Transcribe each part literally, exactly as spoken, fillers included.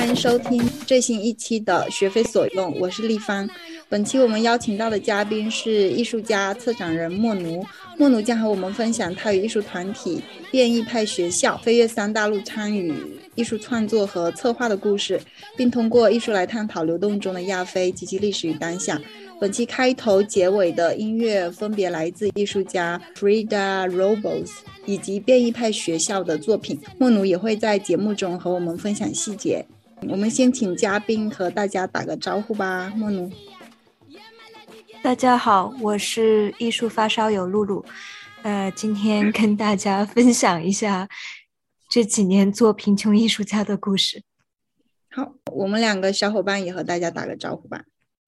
迎收听最新一期的学非所用，我是立方。本期我们邀请到的嘉宾是艺术家、策展人莫奴。莫奴将和我们分享他与艺术团体变异派学校飞越三大陆参与艺术创作和策划的故事，并通过艺术来探讨流动中的亚非及其历史与当下。本期开头结尾的音乐分别来自艺术家 Frida Robles 以及变异派学校的作品，莫奴也会在节目中和我们分享细节。我们先请嘉宾和大家打个招呼吧。莫奴。 大家好，我是艺术发烧友露露，呃，今天跟大家分享一下这几年做贫穷艺术家的故事。 好，我们两个小伙伴也和大家打个招呼吧。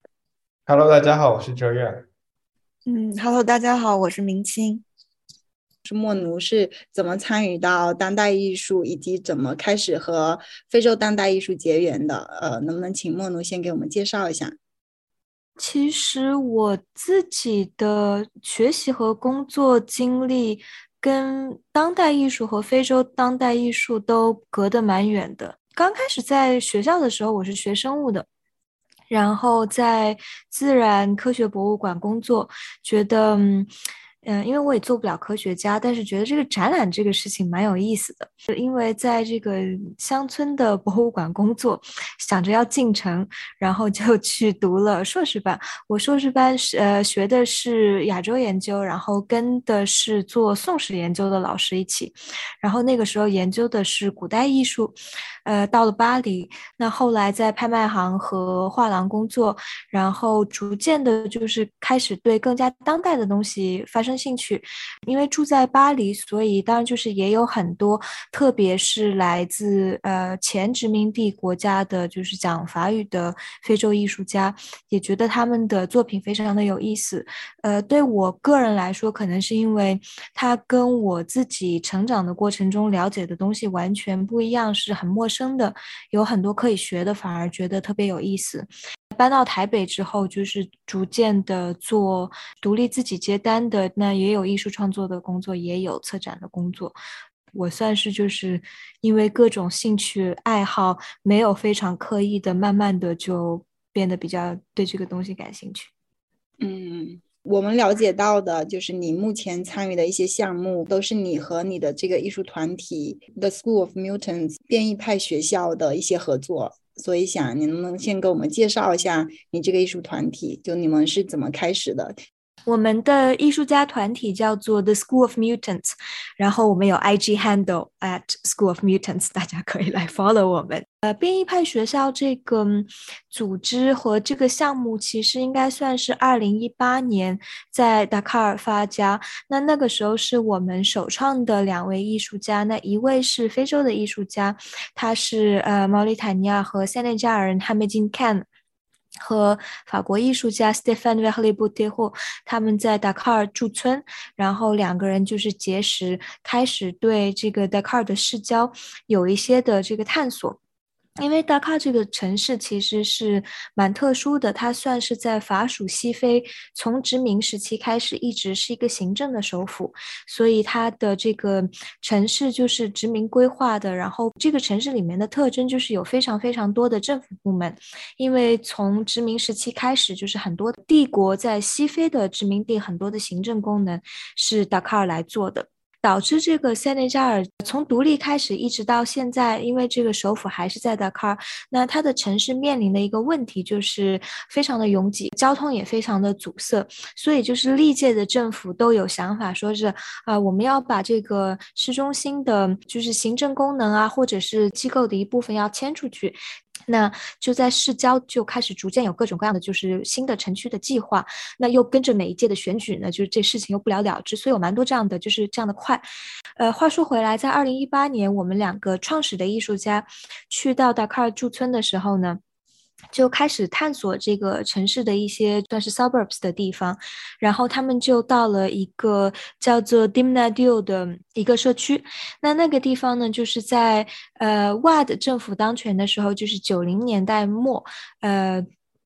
Hello， 大家好，我是哲远。 嗯 ，Hello， 大家好，我是明清。 是莫奴是怎么参与到当代艺术，以及怎么开始和非洲当代艺术结缘的？呃，能不能请莫奴先给我们介绍一下？ 其实我自己的学习和工作经历跟当代艺术和非洲当代艺术都隔得蛮远的。刚开始在学校的时候，我是学生物的。然后在自然科学博物馆工作，觉得嗯、呃，因为我也做不了科学家，但是觉得这个展览这个事情蛮有意思的。因为在这个乡村的博物馆工作，想着要进城，然后就去读了硕士班。我硕士班是呃学的是亚洲研究，然后跟的是做宋史研究的老师一起，然后那个时候研究的是古代艺术。呃，到了巴黎，那后来在拍卖行和画廊工作，然后逐渐的就是开始对更加当代的东西发生兴趣。因为住在巴黎，所以当然就是也有很多，特别是来自呃前殖民地国家的，就是讲法语的非洲艺术家，也觉得他们的作品非常的有意思。呃，对我个人来说，可能是因为他跟我自己成长的过程中了解的东西完全不一样，是很陌生的，有很多可以学的，反而觉得特别有意思。搬到台北之后，就是逐渐的做独立自己接单的，那也有艺术创作的工作，也有策展的工作。我算是就是因为各种兴趣爱好，没有非常刻意的，慢慢的就变得比较对这个东西感兴趣。 嗯，我们了解到的就是你目前参与的一些项目，都是你和你的这个艺术团体 The School of Mutants 变异派学校的一些合作。所以想你能不能先给我们介绍一下你这个艺术团体，就你们是怎么开始的？ 我们的艺术家团体叫做 The School of Mutants， 然后我们有 I G handle at School of Mutants， 大家可以来 follow 我们。呃，变异派学校这个组织和这个项目其实应该算是二零一八年在达喀尔发家。那那个时候是我们首创的两位艺术家，那一位是非洲的艺术家，他是呃毛里塔尼亚和塞内加尔人哈梅金 Khan。和法国艺术家 Stéphane Verlet-Boteho 他们在达喀尔驻村，然后两个人就是结识，开始对这个达喀尔的市郊有一些的这个探索。因为达喀这个城市其实是蛮特殊的，它算是在法属西非从殖民时期开始一直是一个行政的首府，所以它的这个城市就是殖民规划的，然后这个城市里面的特征就是有非常非常多的政府部门，因为从殖民时期开始，就是很多帝国在西非的殖民地很多的行政功能是达喀尔来做的。导致这个塞内加尔从独立开始一直到现在，因为这个首府还是在达喀尔，那它的城市面临的一个问题就是非常的拥挤，交通也非常的阻塞，所以就是历届的政府都有想法，说是啊、呃，我们要把这个市中心的，就是行政功能啊，或者是机构的一部分要迁出去。那就在市郊就开始逐渐有各种各样的就是新的城区的计划，那又跟着每一届的选举呢，就是这事情又不了了之，所以有蛮多这样的就是这样的快。呃，话说回来，在二零一八年我们两个创始的艺术家去到达喀尔驻村的时候呢，就开始探索这个城市的一些算是 suburbs 的地方，然后他们就到了一个叫做 Dimna Dio 的一个社区。那那个地方呢，就是在呃 W A D 政府当权的时候，就是九零年代末，呃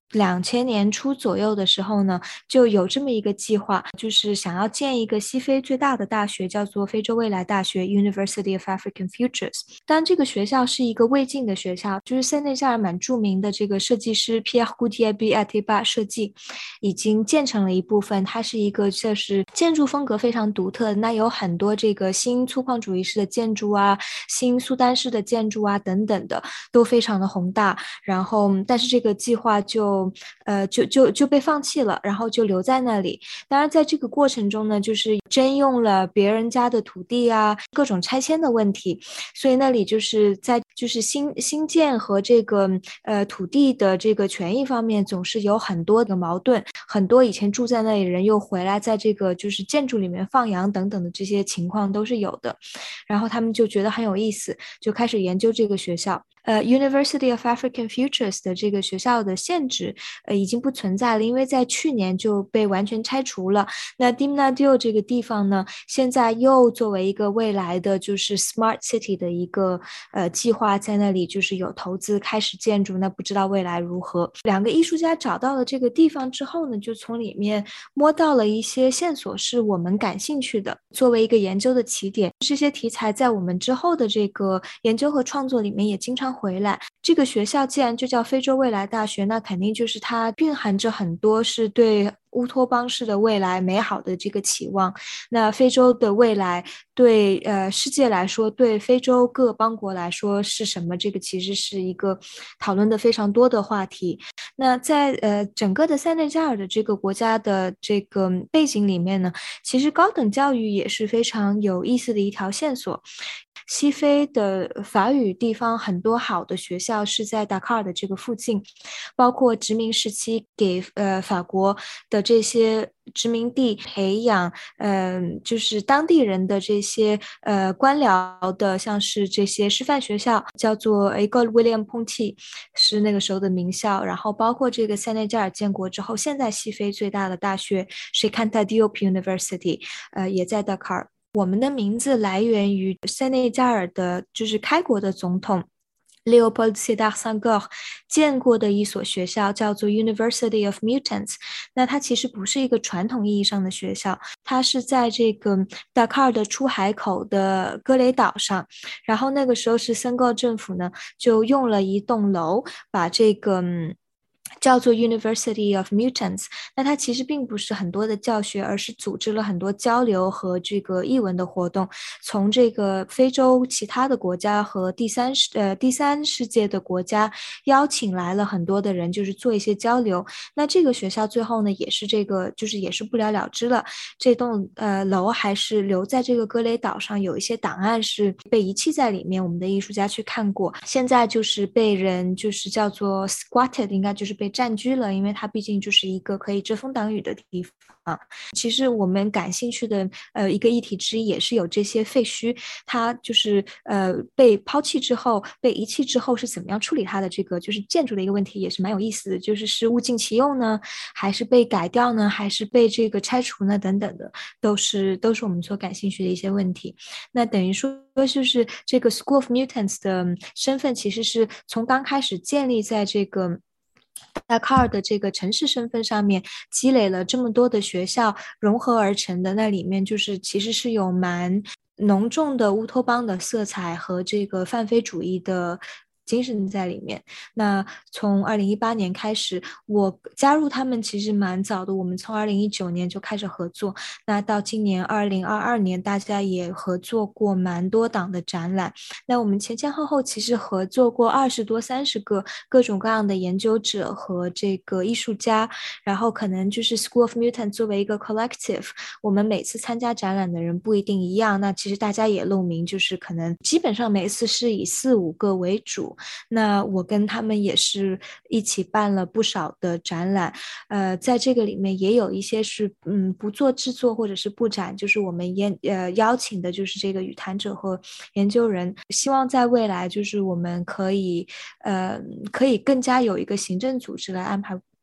两千年初左右的时候呢，就有这么一个计划，就是想要建一个西非最大的大学，叫做非洲未来大学 University of African Futures。当然这个学校是一个未进的学校，就是塞内加尔蛮著名的这个设计师 Pierre Goudiaby Atepa 设计已经建成了一部分，它是一个就是建筑风格非常独特的，那有很多这个新粗犷主义式的建筑啊，新苏丹式的建筑啊等等的都非常的宏大，然后但是这个计划就呃就就就被放弃了，然后就留在那里。当然在这个过程中呢，就是征用了别人家的土地啊，各种拆迁的问题，所以那里就是在就是新新建和这个呃土地的这个权益方面总是有很多的矛盾，很多以前住在那里人又回来在这个就是建筑里面放羊等等的这些情况都是有的，然后他们就觉得很有意思，就开始研究这个学校。呃 University of African Futures 的这个学校的限制呃已经不存在了，因为在去年就被完全拆除了。那 Dimna Dio 这个地方呢，现在又作为一个未来的就是 Smart City 的一个呃计划，在那里就是有投资开始建筑，那不知道未来如何。两个艺术家找到了这个地方之后呢，就从里面摸到了一些线索是我们感兴趣的，作为一个研究的起点，这些题材在我们之后的这个研究和创作里面也经常回来。这个学校既然就叫非洲未来大学，那肯定就是它蕴含着很多是对乌托邦式的未来美好的这个期望。那非洲的未来对呃世界来说，对非洲各邦国来说是什么？这个其实是一个讨论的非常多的话题。那在呃整个的塞内加尔的这个国家的这个背景里面呢，其实高等教育也是非常有意思的一条线索。西非的法语地方很多好的学校是在达喀尔的这个附近，包括殖民时期给呃法国的这些殖民地培养，嗯、呃，就是当地人的这些呃官僚的，像是这些师范学校，叫做 École William Ponty， 是那个时候的名校。然后包括这个塞内加尔建国之后，现在西非最大的大学 Cheikh Anta Diop University， 呃，也在达喀尔。我们的名字来源于塞内加尔的，就是开国的总统 Léopold Sédar Senghor 建过的一所学校，叫做 University of Mutants。那它其实不是一个传统意义上的学校，它是在这个达喀尔的出海口的格雷岛上。然后那个时候是森格政府呢，就用了一栋楼把这个。嗯叫做 University of Mutants， 那它其实并不是很多的教学，而是组织了很多交流和这个译文的活动，从这个非洲其他的国家和第三世呃第三世界的国家邀请来了很多的人，就是做一些交流。那这个学校最后呢，也是这个就是也是不了了之了。这栋呃楼还是留在这个格雷岛上，有一些档案是被遗弃在里面，我们的艺术家去看过，现在就是被人就是叫做 squatted， 应该就是被占据了，因为它毕竟就是一个可以遮风挡雨的地方。其实我们感兴趣的呃一个议题之一也是有这些废墟，它就是呃被抛弃之后被遗弃之后是怎么样处理它的这个就是建筑的一个问题，也是蛮有意思的，就是是物尽其用呢，还是被改掉呢，还是被这个拆除呢，等等的，都是都是我们所感兴趣的一些问题。那等于说就是这个 School of Mutants 的身份其实是从刚开始建立在这个达喀尔的这个城市身份上面积累了这么多的学校融合而成的，那里面就是其实是有蛮浓重的乌托邦的色彩和这个泛非主义的精神在里面。那从二零一八年开始，我加入他们其实蛮早的，我们从二零一九年就开始合作，那到今年二零二二年，大家也合作过蛮多档的展览。那我们前前后后其实合作过二十多、三十个各种各样的研究者和这个艺术家，然后可能就是 School of Mutant 作为一个 collective， 我们每次参加展览的人不一定一样，那其实大家也露明，就是可能基本上每一次是以四五个为主。那我跟他们也是一起办了不少的展览，呃，在这个里面也有一些是嗯不做制作或者是布展，就是我们邀呃邀请的就是这个语坛者和研究人，希望在未来就是我们可以呃可以更加有一个行政组织来安排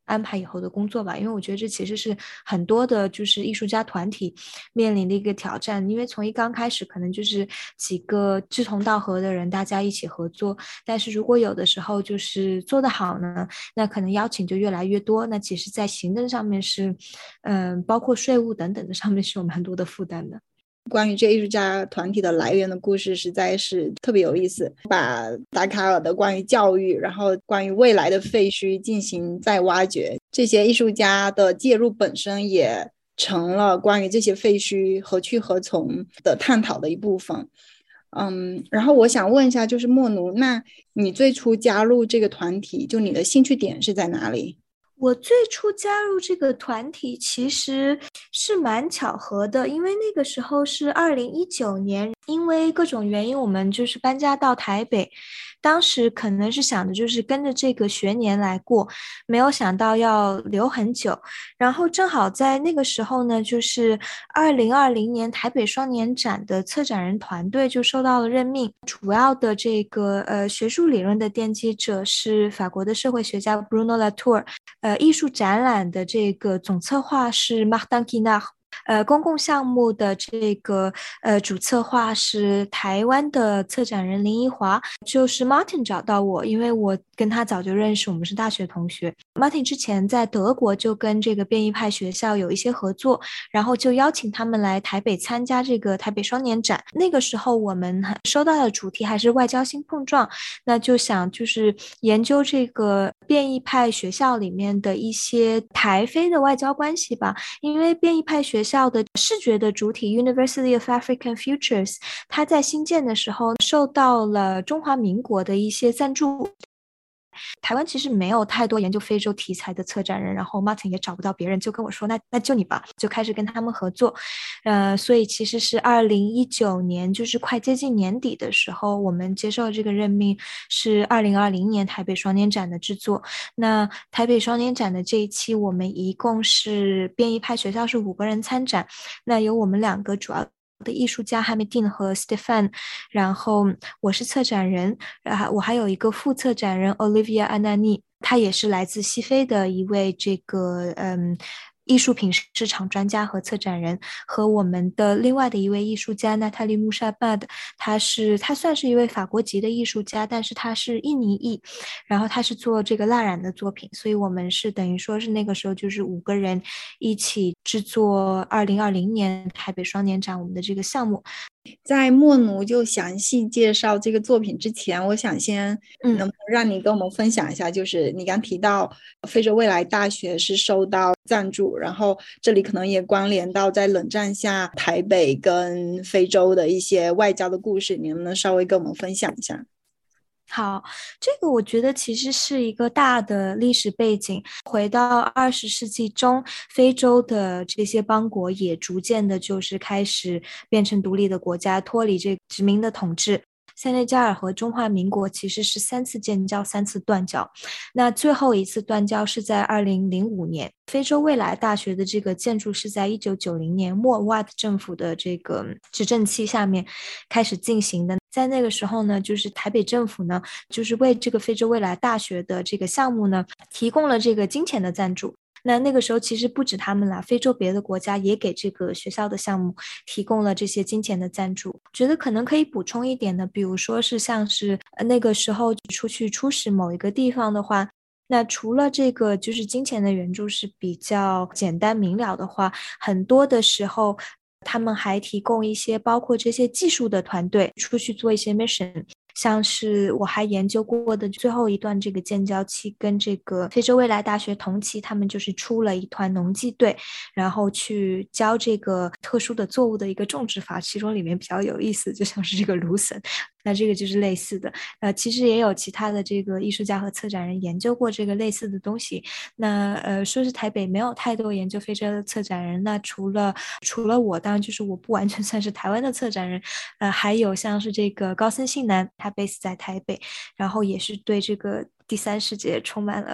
安排以后的工作吧，因为我觉得这其实是很多的就是艺术家团体面临的一个挑战，因为从一刚开始可能就是几个志同道合的人大家一起合作，但是如果有的时候就是做得好呢，那可能邀请就越来越多，那其实在行政上面是嗯、呃，包括税务等等的上面是有蛮多的负担的。 关于这艺术家团体的来源的故事实在是特别有意思，把达卡尔的关于教育，然后关于未来的废墟进行再挖掘，这些艺术家的介入本身也成了关于这些废墟何去何从的探讨的一部分。嗯，然后我想问一下，就是莫奴，那你最初加入这个团体，就你的兴趣点是在哪里？ 我最初加入这个团体其实是蛮巧合的，因为那个时候是二零一九年，因为各种原因我们就是搬家到台北，当时可能是想的就是跟着这个学年来过，没有想到要留很久，然后正好在那个时候呢，就是二零二零年台北双年展的策展人团队就受到了任命，主要的这个呃学术理论的奠基者是法国的社会学家 Bruno Latour， 呃艺术展览的这个总策划是 Martin Guinard，呃，公共项目的这个呃主策划是台湾的策展人林怡华，就是 Martin 找到我，因为我跟他早就认识，我们是大学同学。Martin 之前在德国就跟这个变异派学校有一些合作，然后就邀请他们来台北参加这个台北双年展。那个时候我们收到的主题还是外交新碰撞，那就想就是研究这个变异派学校里面的一些台非的外交关系吧，因为变异派学校的视觉的主体 University of African Futures， 它在新建的时候受到了中华民国的一些赞助。台湾其实没有太多研究非洲题材的策展人，然后 Martin 也找不到别人，就跟我说那那就你吧，就开始跟他们合作。呃，所以其实是二零一九年，就是快接近年底的时候，我们接受这个任命，是二零二零年台北双年展的制作。那台北双年展的这一期，我们一共是变异派学校是五个人参展，那有我们两个主要的艺术家哈梅丁和 Stefan， 然后我是策展人，然后我还有一个副策展人 Olivia Anani， 他也是来自西非的一位这个嗯艺术品市场专家和策展人，和我们的另外的一位艺术家娜塔莉穆沙巴的，他是他算是一位法国籍的艺术家，但是他是印尼裔，然后他是做这个蜡染的作品，所以我们是等于说是那个时候就是五个人一起制作二零二零年台北双年展我们的这个项目。 在莫奴就详细介绍这个作品之前，我想先能不能让你跟我们分享一下，就是你刚提到非洲未来大学是受到赞助，然后这里可能也关联到在冷战下台北跟非洲的一些外交的故事，你能不能稍微跟我们分享一下？ 好，这个我觉得其实是一个大的历史背景。回到二十世纪中，非洲的这些邦国也逐渐的就是开始变成独立的国家，脱离这殖民的统治。塞内加尔和中华民国其实是三次建交，三次断交。那最后一次断交是在二零零五年。非洲未来大学的这个建筑是在一九九零年莫瓦特政府的这个执政期下面开始进行的。在那个时候呢，就是台北政府呢，就是为这个非洲未来大学的这个项目呢，提供了这个金钱的赞助。那那个时候其实不止他们啦，非洲别的国家也给这个学校的项目提供了这些金钱的赞助。觉得可能可以补充一点的，比如说是像是那个时候出去出使某一个地方的话，那除了这个就是金钱的援助是比较简单明了的话，很多的时候他们还提供一些包括这些技术的团队出去做一些 mission，像是我还研究过的最后一段这个建交期跟这个非洲未来大学同期，他们就是出了一团农技队，然后去教这个特殊的作物的一个种植法，其中里面比较有意思就像是这个芦笋，那这个就是类似的。呃，其实也有其他的这个艺术家和策展人研究过这个类似的东西。那呃，说是台北没有太多研究非洲的策展人，那除了除了我，当然就是我不完全算是台湾的策展人，呃，还有像是这个高森信男，他 base 在台北，然后也是对这个第三世界充满了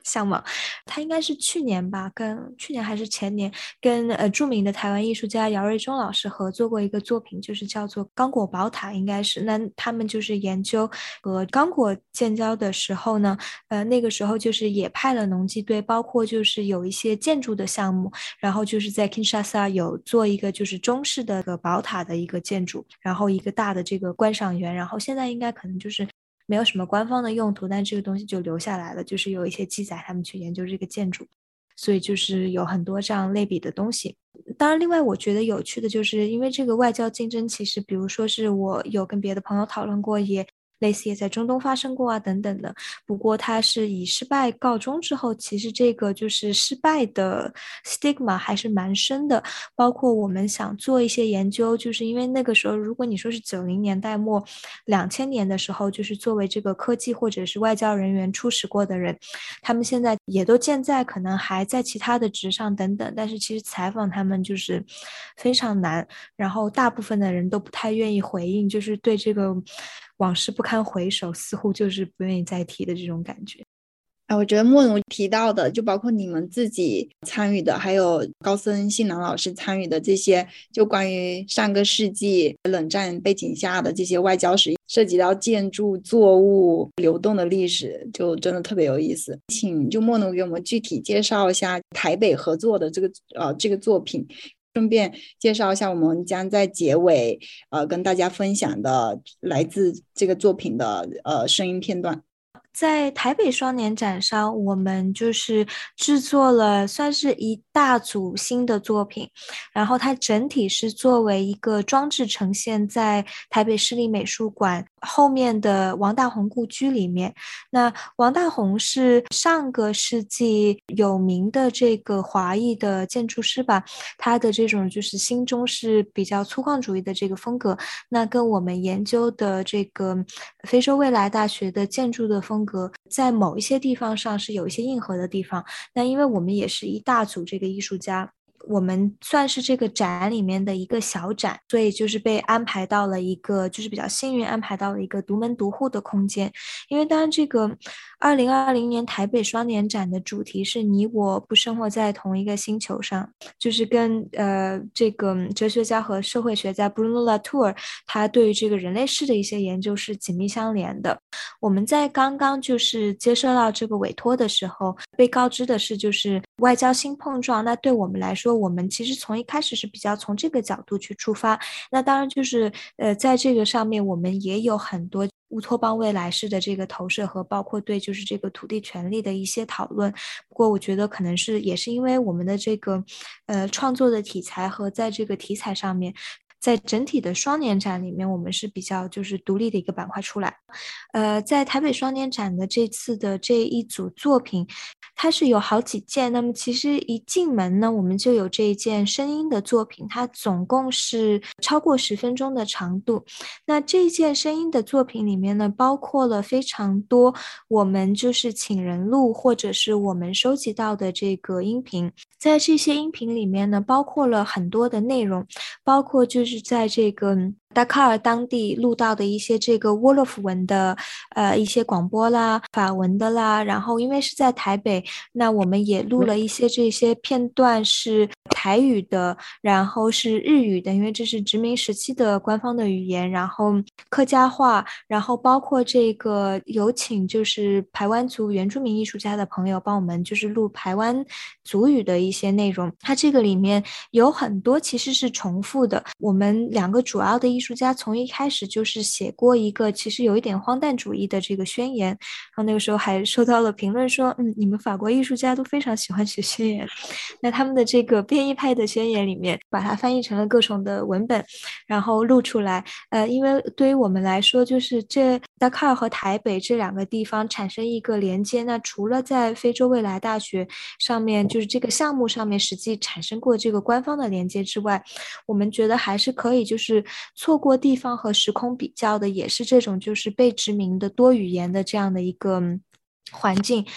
相貌。他应该是去年吧，跟去年还是前年，跟呃著名的台湾艺术家姚瑞忠老师合作过一个作品，就是叫做刚果宝塔，应该是。那他们就是研究和刚果建交的时候呢，呃那个时候就是也派了农机队，包括就是有一些建筑的项目，然后就是在 Kinshasa 有做一个就是中式的个宝塔的一个建筑，然后一个大的这个观赏园，然后现在应该可能就是没有什么官方的用途，但这个东西就留下来了，就是有一些记载他们去研究这个建筑，所以就是有很多这样类比的东西。当然另外我觉得有趣的就是因为这个外交竞争，其实比如说是我有跟别的朋友讨论过，也类似也在中东发生过啊等等的，不过它是以失败告终之后，其实这个就是失败的 stigma 还是蛮深的。包括我们想做一些研究，就是因为那个时候如果你说是九零年代末两千年的时候，就是作为这个科技或者是外交人员出使过的人，他们现在也都健在，可能还在其他的职上等等，但是其实采访他们就是非常难，然后大部分的人都不太愿意回应，就是对这个往事不堪回首，似乎就是不愿意再提的这种感觉。 哎，我觉得莫奴提到的，就包括你们自己参与的，还有高森信郎老师参与的这些，就关于上个世纪冷战背景下的这些外交史，涉及到建筑、作物流动的历史，就真的特别有意思。请就莫奴给我们具体介绍一下台北合作的这个呃这个作品，顺便介绍一下我们将在结尾呃跟大家分享的来自这个作品的呃声音片段。 在台北双年展上，我们就是制作了算是一大组新的作品，然后它整体是作为一个装置呈现在台北市立美术馆后面的王大闳故居里面。那王大闳是上个世纪有名的这个华裔的建筑师吧，他的这种就是新中式比较粗犷主义的这个风格，那跟我们研究的这个非洲未来大学的建筑的风格在某一些地方上是有一些硬核的地方。那因为我们也是一大组这个艺术家，我们算是这个展里面的一个小展，所以就是被安排到了一个就是比较幸运安排到了一个独门独户的空间。因为当然这个二零二零年台北双年展的主题是你我不生活在同一个星球上，就是跟呃这个哲学家和社会学家 Bruno Latour 他对于这个人类世的一些研究是紧密相连的。我们在刚刚就是接收到这个委托的时候，被告知的是就是外交新碰撞，那对我们来说，我们其实从一开始是比较从这个角度去出发。那当然就是呃在这个上面我们也有很多乌托邦未来式的这个投射和包括对就是这个土地权利的一些讨论。不过我觉得可能是也是因为我们的这个呃创作的题材和在这个题材上面，在整体的双年展里面我们是比较就是独立的一个板块出来。呃，在台北双年展的这次的这一组作品，它是有好几件，那么其实一进门呢，我们就有这一件声音的作品，它总共是超过十分钟的长度。那这一件声音的作品里面呢，包括了非常多我们就是请人录或者是我们收集到的这个音频。在这些音频里面呢，包括了很多的内容，包括就是在这个达喀尔当地录到的一些这个沃洛夫文的呃一些广播啦，法文的啦，然后因为是在台北，那我们也录了一些这些片段是台语的，然后是日语的，因为这是殖民时期的官方的语言，然后客家话，然后包括这个有请就是排湾族原住民艺术家的朋友帮我们就是录排湾族语的一些内容。它这个里面有很多其实是重复的，我们两个主要的艺术家从一开始就是写过一个其实有一点荒诞主义的这个宣言，然后那个时候还收到了评论说嗯，你们法国艺术家都非常喜欢写宣言。那他们的这个变异派的宣言里面把它翻译成了各种的文本，然后录出来。呃，因为对于我们来说，就是这达喀尔和台北这两个地方产生一个连接，那除了在非洲未来大学上面就是这个项目上面实际产生过这个官方的连接之外，我们觉得还是可以就是错过地方和时空比较的，也是这种就是被殖民的多语言的这样的一个环境。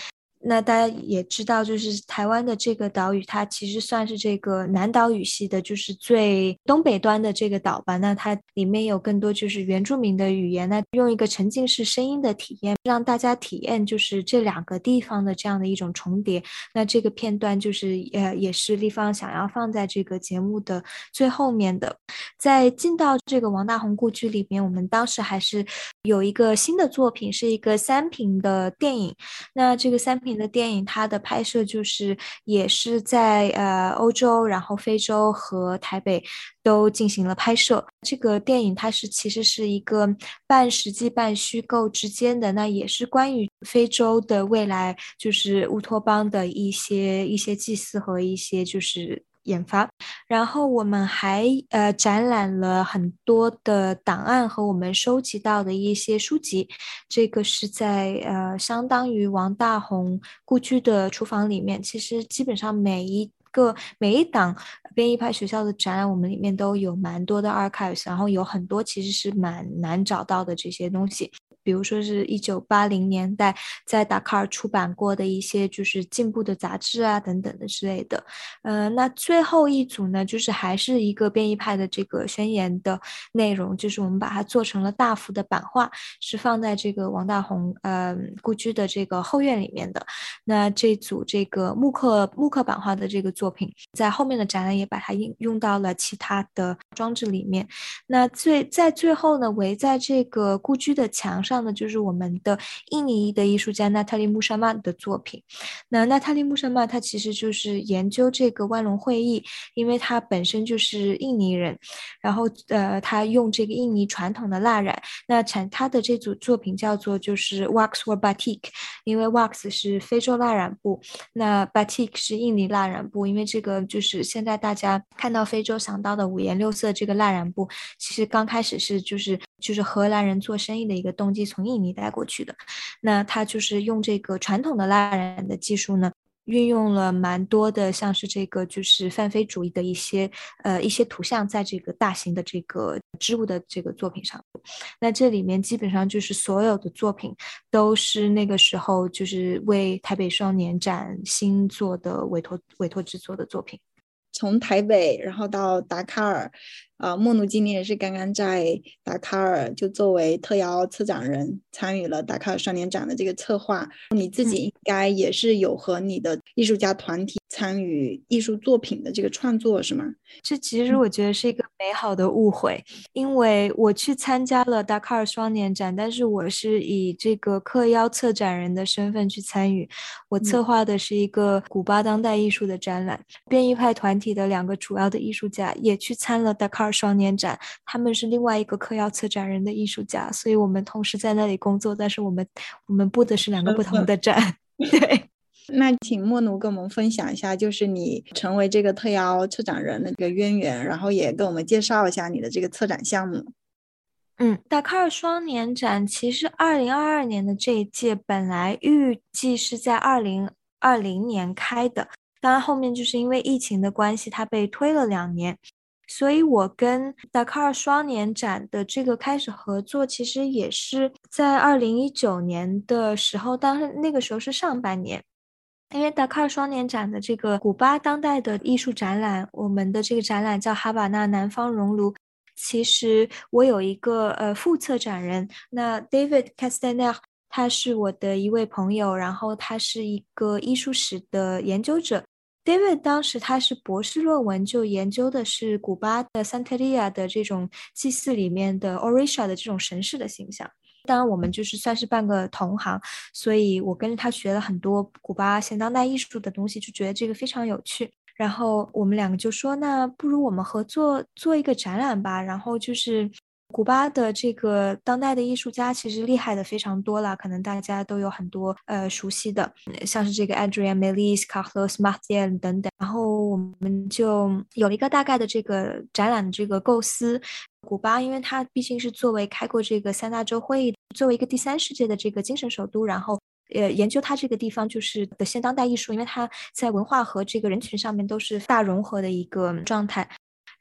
那大家也知道，就是台湾的这个岛屿，它其实算是这个南岛语系的，就是最东北端的这个岛吧。那它里面有更多就是原住民的语言，那用一个沉浸式声音的体验，让大家体验就是这两个地方的这样的一种重叠。那这个片段就是呃，也是立方想要放在这个节目的最后面的。在进到这个王大闳故居里面，我们当时还是有一个新的作品，是一个三屏的电影。那这个三屏的电影，它的拍摄就是也是在呃欧洲，然后非洲和台北都进行了拍摄。这个电影它是其实是一个半实际半虚构之间的，那也是关于非洲的未来，就是乌托邦的一些一些祭祀和一些就是研发。然后我们还呃展览了很多的档案和我们收集到的一些书籍，这个是在呃相当于王大闳故居的厨房里面。其实基本上每一个每一档编译派学校的展览，我们里面都有蛮多的 archives， 然后有很多其实是蛮难找到的这些东西。比如说是一九八零年代在达喀尔出版过的一些就是进步的杂志啊等等的之类的。呃，那最后一组呢，就是还是一个编译派的这个宣言的内容，就是我们把它做成了大幅的版画，是放在这个王大闳呃故居的这个后院里面的。那这组这个木刻木刻版画的这个作品，在后面的展览也把它应用到了其他的装置里面。那最在最后呢，围在这个故居的墙上呢，就是我们的印尼裔的艺术家娜塔莉穆沙曼的作品。那娜塔莉穆沙曼她其实就是研究这个万隆会议，因为她本身就是印尼人，然后呃，她用这个印尼传统的蜡染，那产她的这组作品叫做就是 wax or batik， 因为 wax 是非洲蜡染布，那 batik 是印尼蜡染布，因为这个就是现在大家看到非洲想到的五颜六色这个蜡染布，其实刚开始是就是就是荷兰人做生意的一个动机从印尼带过去的。那他就是用这个传统的蜡染的技术呢，运用了蛮多的像是这个就是泛非主义的一些呃一些图像在这个大型的这个织物的这个作品上。那这里面基本上就是所有的作品都是那个时候就是为台北双年展新做的委托委托制作的作品。 从台北然后到达喀尔，呃，莫奴今年也是刚刚在达喀尔就作为特邀策展人参与了达喀尔双年展的这个策划。你自己应该也是有和你的艺术家团体参与艺术作品的这个创作是吗？ 这其实我觉得是一个美好的误会，因为我去参加了达喀尔双年展，但是我是以这个特邀策展人的身份去参与。我策划的是一个古巴当代艺术的展览，编译派团体的两个主要的艺术家也去参了达喀尔双年展，他们是另外一个特邀策展人的艺术家，所以我们同时在那里工作，但是我们我们布的是两个不同的展。对。 那请莫奴跟我们分享一下，就是你成为这个特邀策展人的这个渊源，然后也跟我们介绍一下你的这个策展项目。 嗯，达喀尔双年展其实二零二二年的这一届本来预计是在二零二零年开的，当然后面就是因为疫情的关系，它被推了两年。所以我跟达喀尔双年展的这个开始合作，其实也是在二零一九年的时候，当时那个时候是上半年。因为达喀尔双年展的这个古巴当代的艺术展览，我们的这个展览叫哈瓦那南方熔炉。其实我有一个呃副策展人，那 David Castaner， 他是我的一位朋友，然后他是一个艺术史的研究者。David 当时他是博士论文，就研究的是古巴的 Santeria 的这种祭祀里面的 Orisha 的这种神士的形象。当然我们就是算是半个同行，所以我跟着他学了很多古巴现当代艺术的东西，就觉得这个非常有趣。然后我们两个就说，那不如我们合作做一个展览吧。然后就是古巴的这个当代的艺术家其实厉害的非常多了，可能大家都有很多呃熟悉的，像是这个 Adrian Melis、Carlos Martial 等等。然后我们就有了一个大概的这个展览的这个构思。古巴因为它毕竟是作为开过这个三大洲会议，作为一个第三世界的这个精神首都，然后呃，研究它这个地方就是的现当代艺术，因为它在文化和这个人群上面都是大融合的一个状态。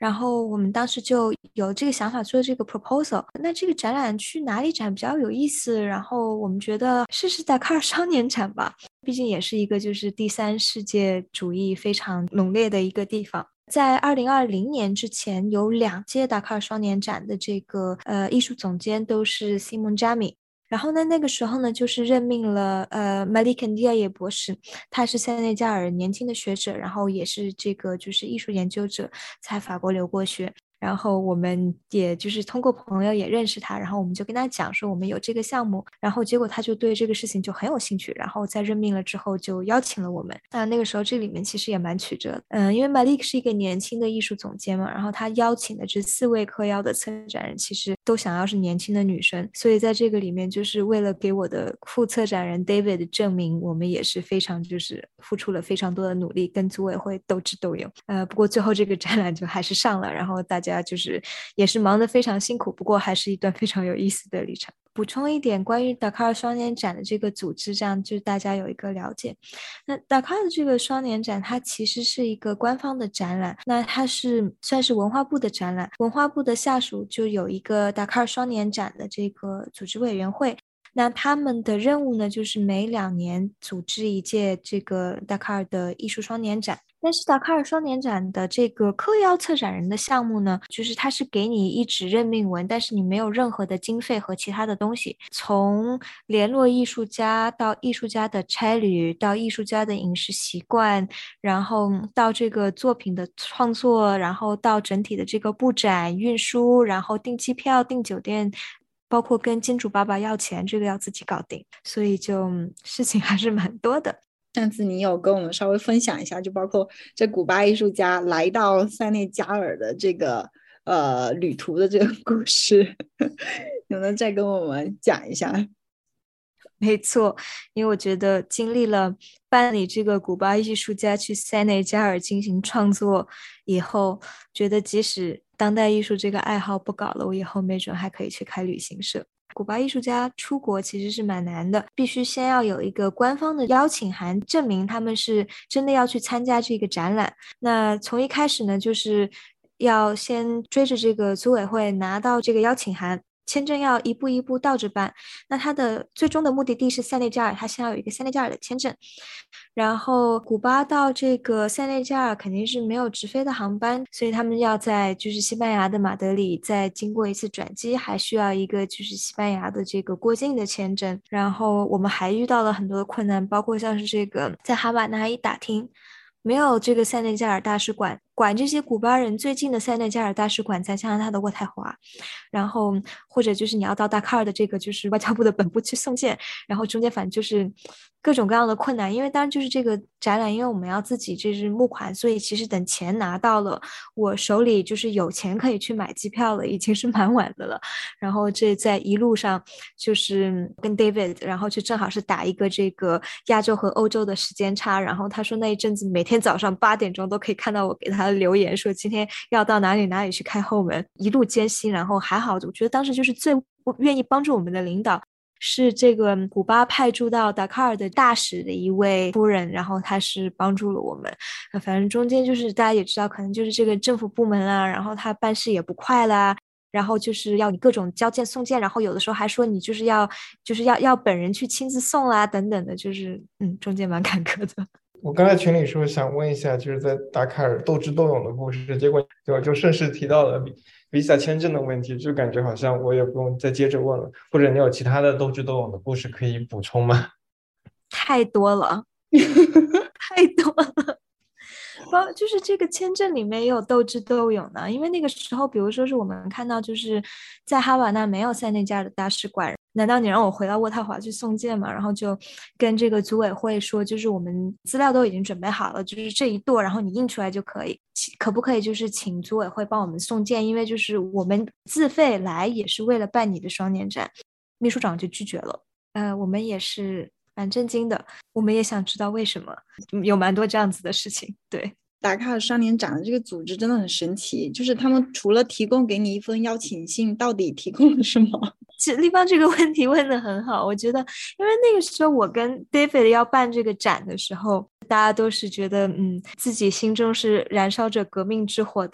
然后我们当时就有这个想法做这个 proposal， 那这个展览去哪里展比较有意思？然后我们觉得试试达喀尔双年展吧，毕竟也是一个就是第三世界主义非常浓烈的一个地方。在二零二零年之前，有两届达喀尔双年展的这个呃艺术总监都是 Simon Jamy。然后呢，那个时候呢，就是任命了呃 Malik Ndiaye 博士，他是塞内加尔年轻的学者，然后也是这个就是艺术研究者，在法国留过学。然后我们也就是通过朋友也认识他，然后我们就跟他讲说我们有这个项目，然后结果他就对这个事情就很有兴趣，然后在任命了之后就邀请了我们。那那个时候这里面其实也蛮曲折的，嗯，因为 Malik 是一个年轻的艺术总监嘛，然后他邀请的这四位特邀的策展人其实都想要是年轻的女生，所以在这个里面就是为了给我的副策展人 David 证明，我们也是非常就是付出了非常多的努力，跟组委会斗智斗勇。呃，不过最后这个展览就还是上了，然后大家就是也是忙得非常辛苦，不过还是一段非常有意思的历程。补充一点关于达喀尔双年展的这个组织，这样就大家有一个了解。那达喀尔的这个双年展它其实是一个官方的展览，那它是算是文化部的展览，文化部的下属就有一个达喀尔双年展的这个组织委员会，那他们的任务呢就是每两年组织一届这个达喀尔的艺术双年展。但是达喀尔双年展的这个特邀策展人的项目呢，就是它是给你一纸任命文，但是你没有任何的经费和其他的东西，从联络艺术家到艺术家的差旅，到艺术家的饮食习惯，然后到这个作品的创作，然后到整体的这个布展运输，然后订机票订酒店，包括跟金主爸爸要钱，这个要自己搞定，所以就事情还是蛮多的。 上次你有跟我们稍微分享一下，就包括这古巴艺术家来到塞内加尔的这个呃旅途的这个故事，能不能再跟我们讲一下？ 没错，因为我觉得经历了办理这个古巴艺术家去塞内加尔进行创作以后，觉得即使当代艺术这个爱好不搞了，我以后没准还可以去开旅行社。古巴艺术家出国其实是蛮难的，必须先要有一个官方的邀请函，证明他们是真的要去参加这个展览。那从一开始呢，就是要先追着这个组委会拿到这个邀请函，签证要一步一步倒着办。那它的最终的目的地是塞内加尔，它先要有一个塞内加尔的签证。然后古巴到这个塞内加尔肯定是没有直飞的航班，所以他们要在就是西班牙的马德里再经过一次转机，还需要一个就是西班牙的这个过境的签证。然后我们还遇到了很多的困难，包括像是这个在哈瓦那一打听，没有这个塞内加尔大使馆，管这些古巴人最近的塞内加尔大使馆在加拿大的渥太华，然后或者就是你要到达喀尔的这个就是外交部的本部去送件，然后中间反正就是各种各样的困难。因为当然就是这个展览，因为我们要自己这是募款，所以其实等钱拿到了，我手里就是有钱可以去买机票了，已经是蛮晚的了。然后这在一路上就是跟 David， 然后就正好是打一个这个亚洲和欧洲的时间差，然后他说那一阵子每天早上八点钟都可以看到我给他的留言，说今天要到哪里哪里去开后门，一路艰辛。然后还好，我觉得当时就是最愿意帮助我们的领导是这个古巴派驻到达喀尔的大使的一位夫人，然后她是帮助了我们。反正中间就是大家也知道，可能就是这个政府部门啊，然后他办事也不快啦，然后就是要你各种交件送件，然后有的时候还说你就是要就是要要本人去亲自送啦等等的，就是嗯中间蛮坎坷的。 我刚才群里说想问一下，就是在达喀尔斗智斗勇的故事，结果就就顺势提到了 visa 签证的问题，就感觉好像我也不用再接着问了，或者你有其他的斗智斗勇的故事可以补充吗？ 太多了太多了，包就是这个签证里面也有斗智斗勇的。因为那个时候比如说是我们看到就是在哈瓦那没有塞内加尔的大使馆，难道你让我回到渥太华去送件吗？然后就跟这个组委会说，就是我们资料都已经准备好了，就是这一垛，然后你印出来就可以，可不可以就是请组委会帮我们送件，因为就是我们自费来也是为了办你的双年展。秘书长就拒绝了。呃，我们也是蛮震惊的，我们也想知道为什么，有蛮多这样子的事情。对， 达喀尔双年展的这个组织真的很神奇，就是他们除了提供给你一封邀请信，到底提供了什么？ 其实立方这个问题问得很好，我觉得因为那个时候我跟 David 要办这个展的时候，大家都是觉得嗯，自己心中是燃烧着革命之火的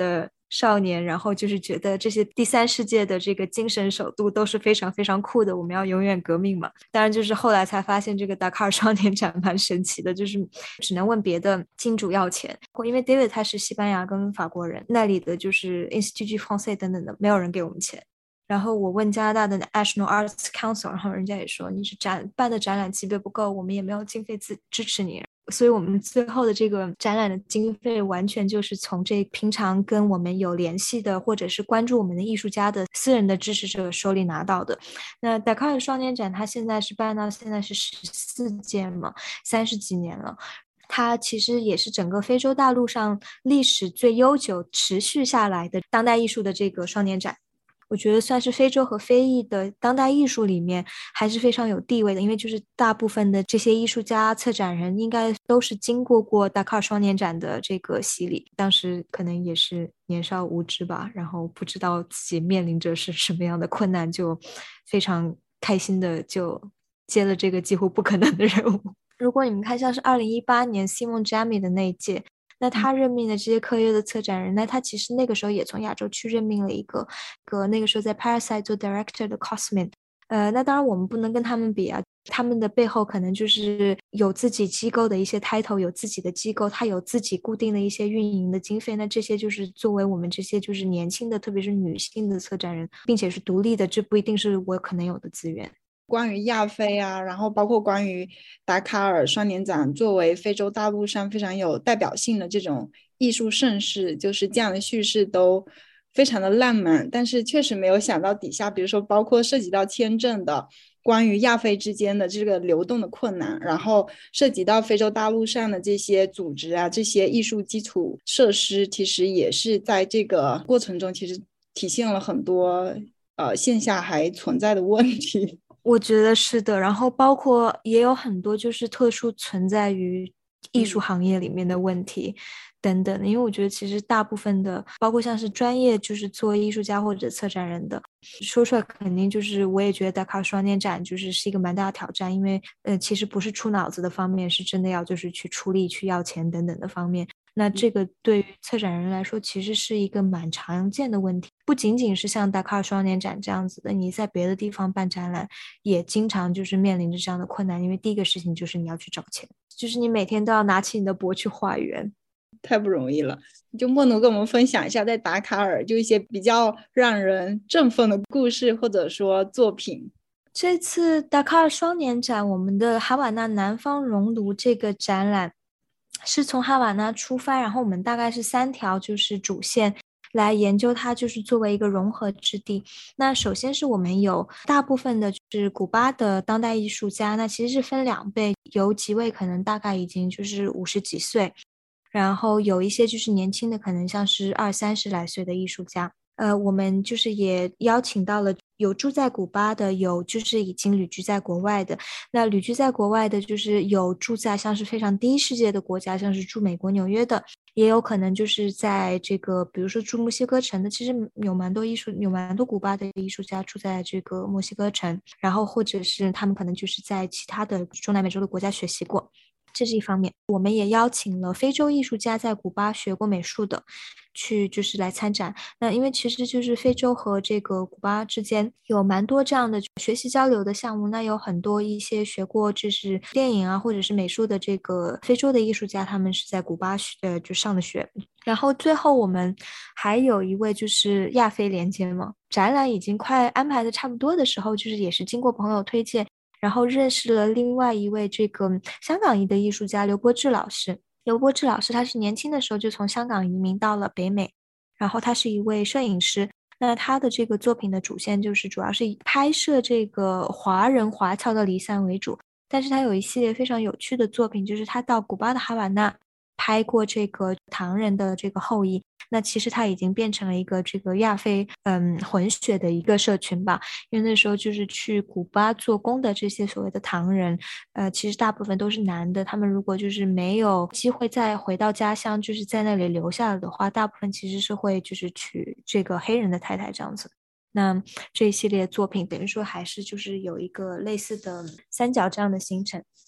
少年，然后就是觉得这些第三世界的这个精神首都都是非常非常酷的，我们要永远革命嘛。当然就是后来才发现这个达喀尔双年展蛮神奇的，就是只能问别的金主要钱，因为 David 他是西班牙跟法国人，那里的就是 Institut Français 等等的没有人给我们钱。然后我问加拿大的 National Arts Council， 然后人家也说你是展办的展览级别不够，我们也没有经费支支持你。所以我们最后的这个展览的经费完全就是从这平常跟我们有联系的或者是关注我们的艺术家的私人的支持者手里拿到的。那达喀尔双年展它现在是办到现在是十四届嘛，三十几年了。它其实也是整个非洲大陆上历史最悠久持续下来的当代艺术的这个双年展，我觉得算是非洲和非裔的当代艺术里面还是非常有地位的，因为就是大部分的这些艺术家策展人应该都是经过过达喀尔双年展的这个洗礼，当时可能也是年少无知吧，然后不知道自己面临着是什么样的困难，就非常开心的就接了这个几乎不可能的任务。如果你们看像是二零一八年 Simon Jamy 的那一届，那他任命的这些科约的策展人，那他其实那个时候也从亚洲区任命了一个个那个时候在 Parasite 做 director 的 Cosmin， 呃，那当然我们不能跟他们比啊，他们的背后可能就是有自己机构的一些 title， 有自己的机构，他有自己固定的一些运营的经费，那这些就是作为我们这些就是年轻的特别是女性的策展人，并且是独立的，这不一定是我可能有的资源。 关于亚非啊，然后包括关于达喀尔双年展作为非洲大陆上非常有代表性的这种艺术盛事，就是这样的叙事都非常的浪漫，但是确实没有想到底下比如说包括涉及到签证的关于亚非之间的这个流动的困难，然后涉及到非洲大陆上的这些组织啊，这些艺术基础设施，其实也是在这个过程中其实体现了很多呃线下还存在的问题。 我觉得是的，然后包括也有很多就是特殊存在于艺术行业里面的问题等等，因为我觉得其实大部分的包括像是专业就是做艺术家或者策展人的说出来肯定就是我也觉得达喀尔双年展就是是一个蛮大的挑战，因为呃其实不是出脑子的方面，是真的要就是去出力去要钱等等的方面，那这个对于策展人来说其实是一个蛮常见的问题，不仅仅是像达喀尔双年展这样子的，你在别的地方办展览也经常就是面临着这样的困难，因为第一个事情就是你要去找钱，就是你每天都要拿起你的钵去化缘， 太不容易了。就莫奴跟我们分享一下在达喀尔就一些比较让人振奋的故事或者说作品。 这次达喀尔双年展我们的哈瓦那南方熔炉这个展览是从哈瓦那出发，然后我们大概是三条就是主线来研究它，就是作为一个融合之地。那首先是我们有大部分的就是古巴的当代艺术家，那其实是分两辈，有几位可能大概已经就是五十几岁，然后有一些就是年轻的可能像是二三十来岁的艺术家。呃，我们就是也邀请到了有住在古巴的，有就是已经旅居在国外的。那旅居在国外的，就是有住在像是非常第一世界的国家，像是住美国纽约的，也有可能就是在这个，比如说住墨西哥城的，其实有蛮多艺术，有蛮多古巴的艺术家住在这个墨西哥城，然后或者是他们可能就是在其他的中南美洲的国家学习过。这是一方面，我们也邀请了非洲艺术家在古巴学过美术的去就是来参展。那因为其实就是非洲和这个古巴之间有蛮多这样的学习交流的项目，那有很多一些学过就是电影啊或者是美术的这个非洲的艺术家，他们是在古巴学呃就上的学。然后最后我们还有一位就是亚非连接嘛，展览已经快安排的差不多的时候，就是也是经过朋友推荐，然后认识了另外一位这个香港裔的艺术家刘柏志老师。刘柏志老师他是年轻的时候就从香港移民到了北美，然后他是一位摄影师，那他的这个作品的主线就是主要是以拍摄这个华人华侨的离散为主，但是他有一系列非常有趣的作品，就是他到古巴的哈瓦那拍过这个唐人的这个后裔，那其实它已经变成了一个这个亚非嗯混血的一个社群吧，因为那时候就是去古巴做工的这些所谓的唐人，呃，其实大部分都是男的，他们如果就是没有机会再回到家乡，就是在那里留下了的话，大部分其实是会就是娶这个黑人的太太这样子。那这一系列作品等于说还是就是有一个类似的三角这样的形成。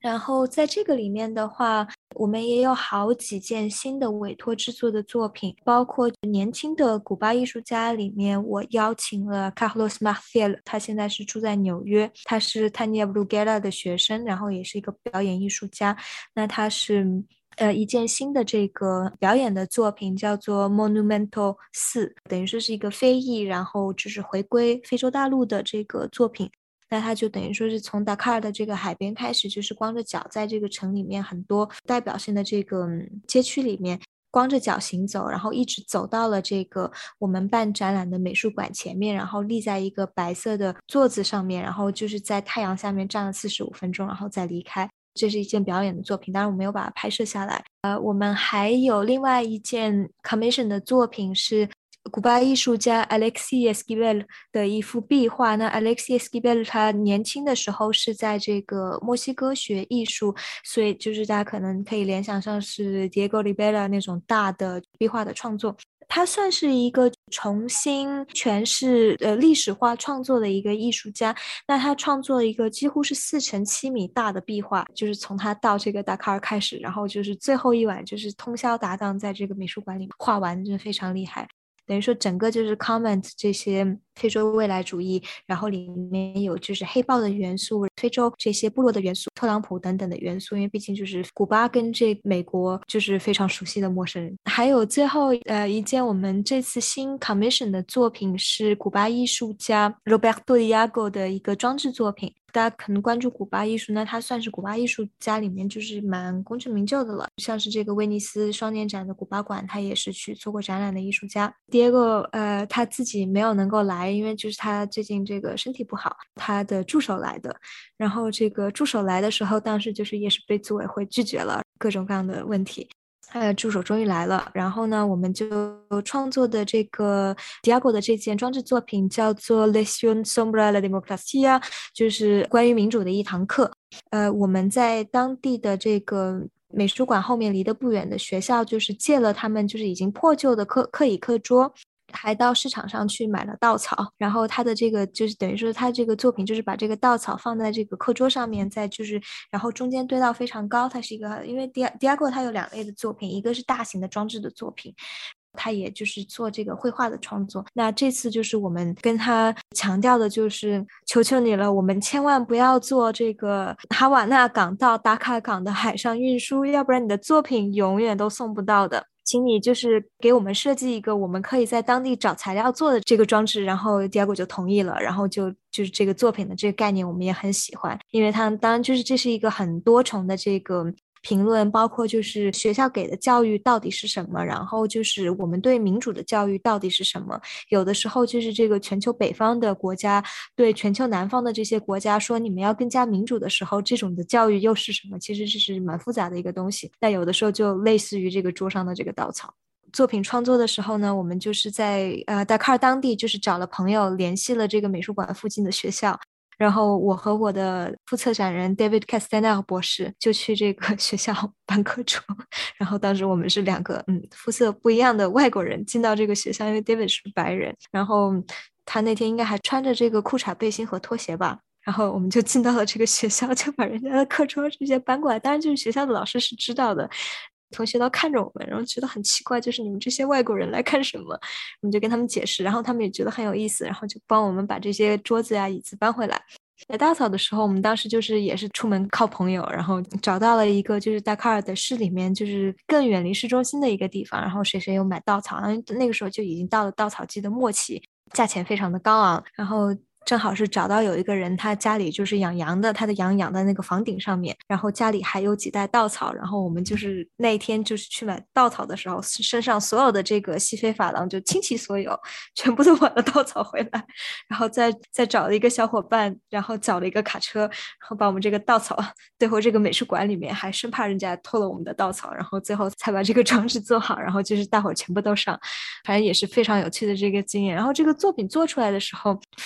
然后在这个里面的话，我们也有好几件新的委托制作的作品，包括年轻的古巴艺术家里面，我邀请了 Carlos Marcial， 他现在是住在纽约，他是 Tania Bruguera 的学生，然后也是一个表演艺术家。那他是呃一件新的这个表演的作品叫做 Monumento 四，等于说是一个非裔，然后就是回归非洲大陆的这个作品。那他就等于说是从达喀尔的这个海边开始，就是光着脚在这个城里面很多代表性的这个街区里面光着脚行走，然后一直走到了这个我们办展览的美术馆前面，然后立在一个白色的座子上面，然后就是在太阳下面站了四十五分钟，然后再离开。这是一件表演的作品，当然我没有把它拍摄下来。呃，我们还有另外一件 commission 的作品是古巴艺术家 Alexis Esquivel 的一幅壁画。那 Alexis Esquivel 他年轻的时候是在这个墨西哥学艺术，所以就是大家可能可以联想上是 Diego Rivera 那种大的壁画的创作。他算是一个重新诠释呃历史化创作的一个艺术家。那他创作了一个几乎是四乘七米大的壁画，就是从他到这个达喀尔开始，然后就是最后一晚就是通宵达旦在这个美术馆里画完，真的非常厉害。等于说整个就是 comment 这些非洲未来主义，然后里面有就是黑豹的元素，非洲这些部落的元素，特朗普等等的元素，因为毕竟就是古巴跟这美国就是非常熟悉的陌生人。还有最后呃一件我们这次新 commission 的作品是古巴艺术家 Roberto Diago 的一个装置作品。大家可能关注古巴艺术，那他算是古巴艺术家里面就是蛮功成名就的了，像是这个威尼斯双年展的古巴馆，他也是去做过展览的艺术家。第二个呃他自己没有能够来，因为就是他最近这个身体不好，他的助手来的。然后这个助手来的时候，当时就是也是被组委会拒绝了，各种各样的问题。呃，助手终于来了，然后呢，我们就创作的这个 Diago 的这件装置作品叫做 Lección sobre la democracia， 就是关于民主的一堂课。呃，我们在当地的这个美术馆后面离得不远的学校，就是借了他们就是已经破旧的课课椅课桌，还到市场上去买了稻草，然后他的这个就是等于说他这个作品就是把这个稻草放在这个课桌上面，再就是然后中间堆到非常高。它是一个因为 Diago 它有两类的作品，一个是大型的装置的作品，他也就是做这个绘画的创作。那这次就是我们跟他强调的就是求求你了，我们千万不要做这个哈瓦那港到达喀港的海上运输，要不然你的作品永远都送不到的。请你就是给我们设计一个我们可以在当地找材料做的这个装置。然后 Diago 就同意了，然后就就是这个作品的这个概念我们也很喜欢，因为它当然就是这是一个很多重的这个评论，包括就是学校给的教育到底是什么，然后就是我们对民主的教育到底是什么。有的时候就是这个全球北方的国家对全球南方的这些国家说你们要更加民主的时候，这种的教育又是什么？其实这是蛮复杂的一个东西。但有的时候就类似于这个桌上的这个稻草。作品创作的时候呢，我们就是在呃达喀尔当地就是找了朋友联系了这个美术馆附近的学校，然后我和我的副策展人 David Castaner 博士就去这个学校搬课桌。然后当时我们是两个嗯肤色不一样的外国人进到这个学校，因为 David 是白人，然后他那天应该还穿着这个裤衩背心和拖鞋吧。然后我们就进到了这个学校，就把人家的课桌这些搬过来。当然就是学校的老师是知道的，同学都看着我们，然后觉得很奇怪，就是你们这些外国人来干什么？我们就跟他们解释，然后他们也觉得很有意思，然后就帮我们把这些桌子呀、椅子搬回来。在大草的时候，我们当时就是也是出门靠朋友，然后找到了一个就是达喀尔的市里面就是更远离市中心的一个地方，然后谁谁有买稻草，然后那个时候就已经到了稻草季的末期，价钱非常的高昂，然后正好是找到有一个人他家里就是养羊的，他的羊养在那个房顶上面，然后家里还有几袋稻草，然后我们就是那一天就是去买稻草的时候，身上所有的这个西非法郎就倾其所有全部都买了稻草回来，然后再再找了一个小伙伴，然后找了一个卡车，然后把我们这个稻草最后这个美术馆里面，还生怕人家偷了我们的稻草，然后最后才把这个装置做好，然后就是大伙全部都上，反正也是非常有趣的这个经验。然后这个作品做出来的时候，反而是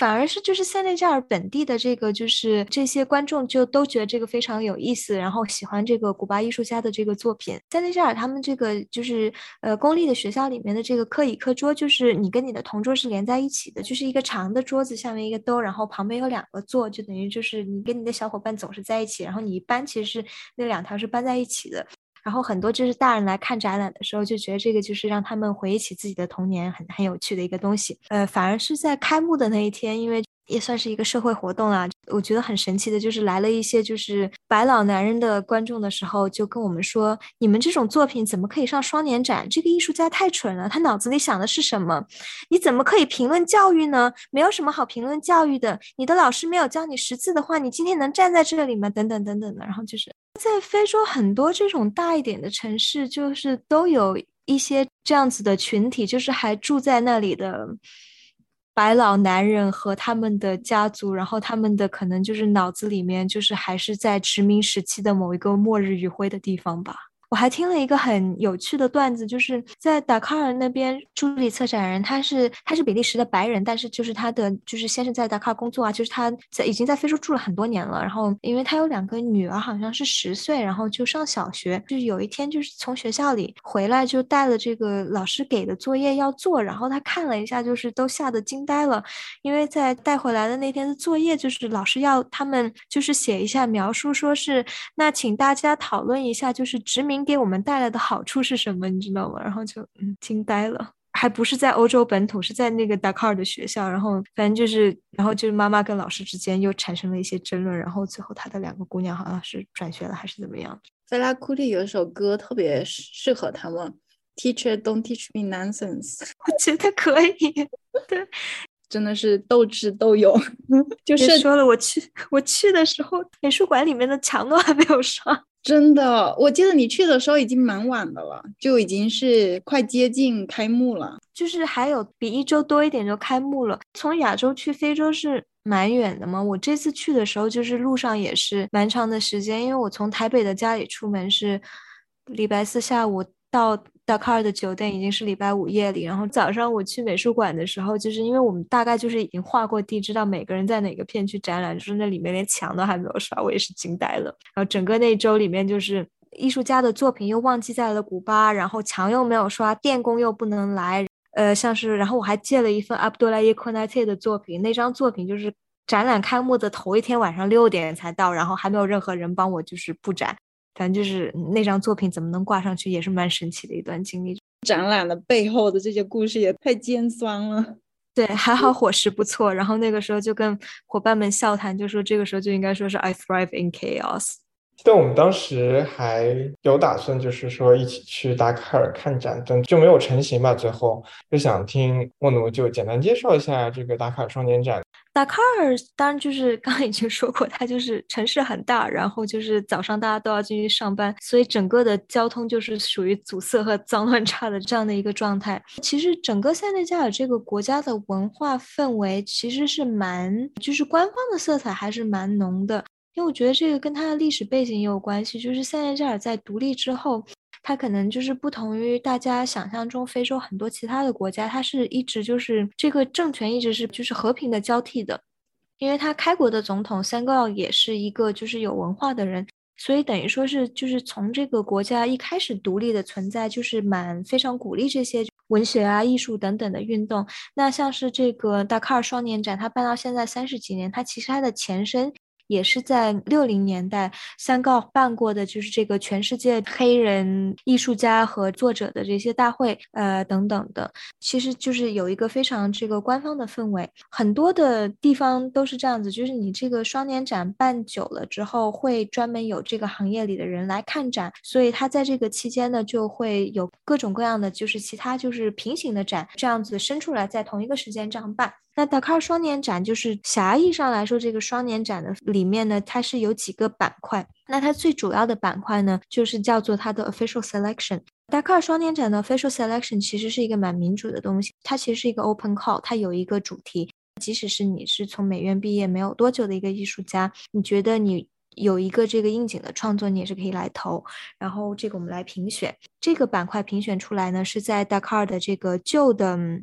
就是塞内加尔本地的这个就是这些观众就都觉得这个非常有意思，然后喜欢这个古巴艺术家的这个作品。塞内加尔他们这个就是呃公立的学校里面的这个课椅课桌，就是你跟你的同桌是连在一起的，就是一个长的桌子下面一个兜，然后旁边有两个座，就等于就是你跟你的小伙伴总是在一起，然后你一搬其实是那两条是搬在一起的。然后很多就是大人来看展览的时候就觉得这个就是让他们回忆起自己的童年，很很有趣的一个东西。呃，反而是在开幕的那一天，因为也算是一个社会活动啦，我觉得很神奇的就是来了一些就是白老男人的观众的时候，就跟我们说，你们这种作品怎么可以上双年展？这个艺术家太蠢了，他脑子里想的是什么？你怎么可以评论教育呢？没有什么好评论教育的，你的老师没有教你识字的话，你今天能站在这里吗？等等等等的。然后就是在非洲很多这种大一点的城市，就是都有一些这样子的群体，就是还住在那里的白老男人和他们的家族，然后他们的可能就是脑子里面就是还是在殖民时期的某一个末日余晖的地方吧。我还听了一个很有趣的段子，就是在达喀尔那边，助理策展人他是他是比利时的白人，但是就是他的就是先是在达喀尔工作啊，就是他在已经在非洲住了很多年了。然后因为他有两个女儿，好像是十岁，然后就上小学，就是有一天就是从学校里回来就带了这个老师给的作业要做，然后他看了一下，就是都吓得惊呆了，因为在带回来的那天的作业就是老师要他们就是写一下描述，说是那请大家讨论一下就是殖民给我们带来的好处是什么，你知道吗？然后就嗯惊呆了，还不是在欧洲本土，是在那个达喀尔的学校，然后反正就是然后就是妈妈跟老师之间又产生了一些争论，然后最后他的两个姑娘好像是转学了还是怎么样。 菲拉库蒂有一首歌特别适合他们 Teacher don't teach me nonsense 我觉得可以对， 真的是斗智斗勇就是别说了，我去我去的时候美术馆里面的墙都还没有刷， 真的，我记得你去的时候已经蛮晚的了，就已经是快接近开幕了， 就是还有比一周多一点就开幕了。从亚洲去非洲是蛮远的嘛，我这次去的时候就是路上也是蛮长的时间，因为我从台北的家里出门是礼拜四下午到达喀尔的酒店已经是礼拜五夜里，然后早上我去美术馆的时候，就是因为我们大概就是已经画过地，知道每个人在哪个片区展览，就是那里面连墙都还没有刷，我也是惊呆了。然后整个那一周里面就是艺术家的作品又忘记在了古巴，然后墙又没有刷，电工又不能来，呃，像是然后我还借了一份 Abdoulaye Konaté 的作品，那张作品就是展览开幕的头一天晚上六点才到，然后还没有任何人帮我就是布展。反正就是那张作品怎么能挂上去也是蛮神奇的一段经历， 展览的背后的这些故事也太尖酸了。 对，还好伙食不错，然后那个时候就跟伙伴们笑谈，就说这个时候就应该说是 I thrive in chaos。 但我们当时还有打算就是说一起去达喀尔看展，但就没有成行吧，最后就想听莫奴就简单介绍一下这个达喀尔双年展。 达喀尔当然就是刚刚已经说过，它就是城市很大，然后就是早上大家都要进去上班，所以整个的交通就是属于阻塞和脏乱差的这样的一个状态。其实整个塞内加尔这个国家的文化氛围其实是蛮就是官方的色彩还是蛮浓的，因为我觉得这个跟它的历史背景也有关系，就是塞内加尔在独立之后，它可能就是不同于大家想象中非洲很多其他的国家，它是一直就是这个政权一直是就是和平的交替的，因为他开国的总统塞高也是一个就是有文化的人，所以等于说是就是从这个国家一开始独立的存在就是蛮非常鼓励这些文学啊艺术等等的运动。那像是这个达喀尔双年展，它办到现在三十几年，它其实它的前身也是在六零年代三高办过的，就是这个全世界黑人艺术家和作者的这些大会，呃等等的，其实就是有一个非常这个官方的氛围。很多的地方都是这样子，就是你这个双年展办久了之后，会专门有这个行业里的人来看展，所以他在这个期间呢，就会有各种各样的就是其他就是平行的展，这样子伸出来，在同一个时间这样办。那达喀尔双年展就是狭义上来说，这个双年展的里面呢，它是有几个板块。那它最主要的板块呢，就是叫做它的 official selection。达喀尔双年展的 official selection 其实是一个蛮民主的东西，它其实是一个 open call， 它有一个主题。即使是你是从美院毕业没有多久的一个艺术家，你觉得你有一个这个应景的创作，你也是可以来投，然后这个我们来评选。这个板块评选出来呢，是在达喀尔的这个旧的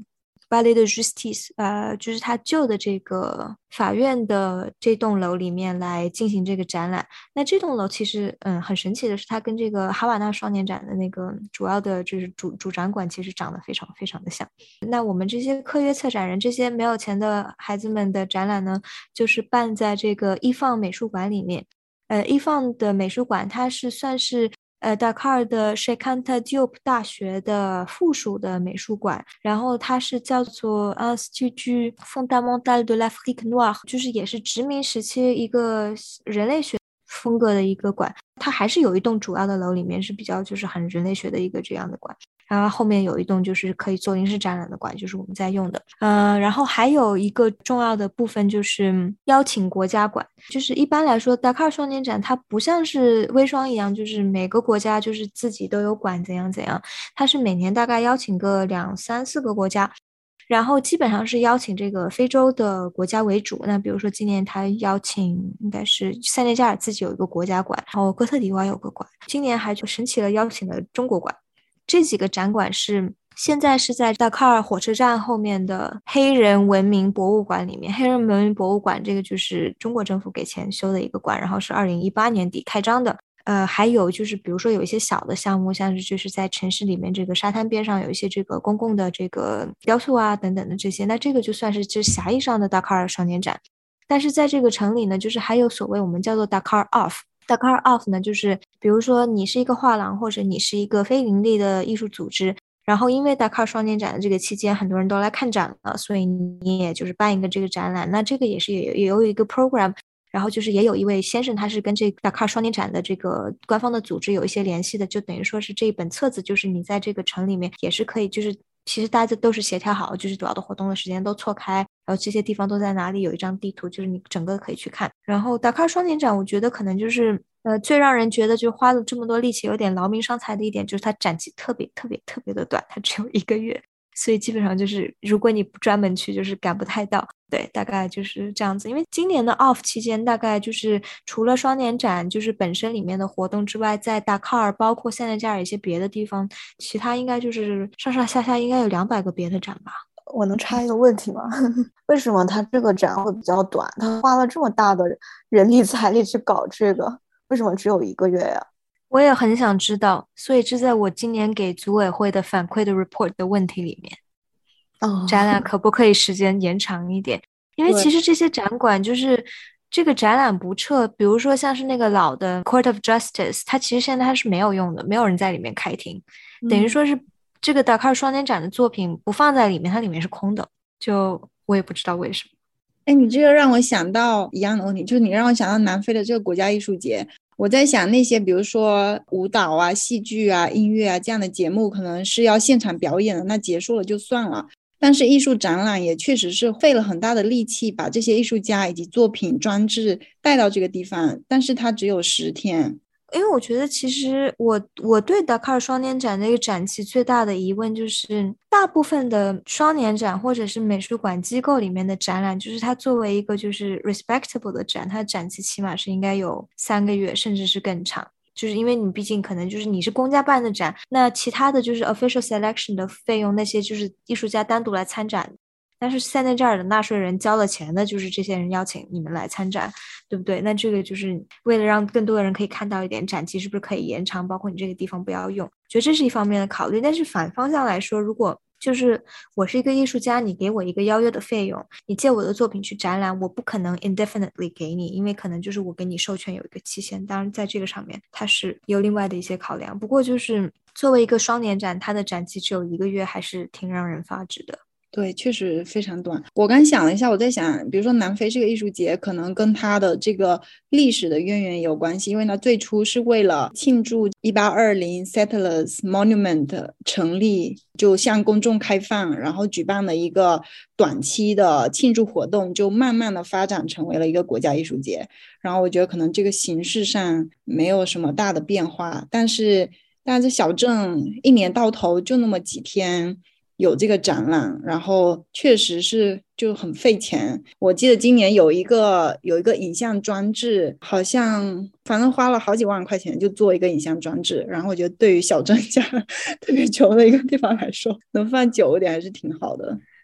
Palais de Justice， 呃，就是它旧的这个法院的这栋楼里面来进行这个展览。那这栋楼其实嗯很神奇的是，它跟这个哈瓦那双年展的那个主要的就是主主展馆其实长得非常非常的像。那我们这些科约策展人，这些没有钱的孩子们的展览呢，就是办在这个伊放美术馆里面。呃，伊放的美术馆它是算是呃，达喀尔的 Cheikh Anta Diop 大学的附属的美术馆，然后它是叫做 Institut Fondamental de l'Afrique Noire， 就是也是殖民时期一个人类学风格的一个馆。它还是有一栋主要的楼，里面是比较就是很人类学的一个这样的馆，然后后面有一栋就是可以做临时展览的馆，就是我们在用的。呃，然后还有一个重要的部分就是邀请国家馆，就是一般来说达喀尔双年展它不像是微双一样，就是每个国家就是自己都有馆怎样怎样，它是每年大概邀请个两三四个国家，然后基本上是邀请这个非洲的国家为主。那比如说今年他邀请应该是塞内加尔自己有一个国家馆，然后哥特迪瓦有个馆，今年还就神奇了邀请了中国馆。这几个展馆是现在是在达喀尔火车站后面的黑人文明博物馆里面。黑人文明博物馆这个就是中国政府给钱修的一个馆，然后是二零一八年底开张的。呃，还有就是比如说有一些小的项目，像是就是在城市里面这个沙滩边上有一些这个公共的这个雕塑啊等等的这些，那这个就算是就是狭义上的达喀尔双年展。但是在这个城里呢，就是还有所谓我们叫做达喀尔 off。达喀尔 off 呢，就是比如说你是一个画廊，或者你是一个非盈利的艺术组织，然后因为达喀尔双年展的这个期间很多人都来看展了，所以你也就是办一个这个展览。那这个也是也有一个 program， 然后就是也有一位先生他是跟这个达喀尔双年展的这个官方的组织有一些联系的，就等于说是这一本册子就是你在这个城里面也是可以，就是其实大家都是协调好，就是主要的活动的时间都错开，然后这些地方都在哪里，有一张地图，就是你整个可以去看。然后达喀尔双年展我觉得可能就是呃，最让人觉得就花了这么多力气有点劳民伤财的一点，就是它展期特别特别特别的短，它只有一个月，所以基本上就是如果你不专门去就是赶不太到。对，大概就是这样子。因为今年的 off 期间大概就是除了双年展就是本身里面的活动之外，在达喀尔包括塞内加尔一些别的地方，其他应该就是上上下下应该有两百个别的展吧。 我能插一个问题吗？为什么他这个展会比较短？他花了这么大的人力财力去搞这个，为什么只有一个月呀？ 我也很想知道，所以这在我今年给组委会的反馈的 report 的问题里面。 哦， 展览可不可以时间延长一点？因为其实这些展馆就是这个展览不撤，比如说像是那个老的 Court of Justice， 它其实现在它是没有用的，没有人在里面开庭， 嗯、 等于说是这个达喀尔双年展的作品不放在里面，它里面是空的，就我也不知道为什么。 哎，你这个让我想到一样的问题，就是你让我想到南非的这个国家艺术节。我在想那些比如说舞蹈啊、戏剧啊、音乐啊这样的节目可能是要现场表演的，那结束了就算了。但是艺术展览也确实是费了很大的力气把这些艺术家以及作品装置带到这个地方，但是它只有十天。 因为我觉得其实我我对达喀尔双年展的一个展期最大的疑问就是大部分的双年展或者是美术馆机构里面的展览，就是它作为一个就是 respectable 的展，它的展期起码是应该有三个月甚至是更长，就是因为你毕竟可能就是你是公家办的展，那其他的就是 official selection 的费用那些就是艺术家单独来参展，但是塞内加尔的纳税人交了钱的就是这些人邀请你们来参展，对不对？那这个就是为了让更多的人可以看到一点，展期是不是可以延长，包括你这个地方不要用，觉得这是一方面的考虑。但是反方向来说，如果就是我是一个艺术家，你给我一个邀约的费用，你借我的作品去展览，我不可能 indefinitely 给你，因为可能就是我给你授权有一个期限，当然在这个上面它是有另外的一些考量。不过就是作为一个双年展，它的展期只有一个月，还是挺让人发指的。 对，确实非常短。我刚想了一下，我在想比如说南非这个艺术节可能跟它的这个历史的渊源有关系，因为它最初是为了庆祝一八二零 Settlers Monument 成立，就向公众开放，然后举办了一个短期的庆祝活动，就慢慢的发展成为了一个国家艺术节。然后我觉得可能这个形式上没有什么大的变化，但是但是小镇一年到头就那么几天有这个展览，然后确实是就很费钱。我记得今年有一个有一个影像装置，好像反正花了好几万块钱就做一个影像装置，然后我觉得对于小镇家特别穷的一个地方来说，能放久一点还是挺好的。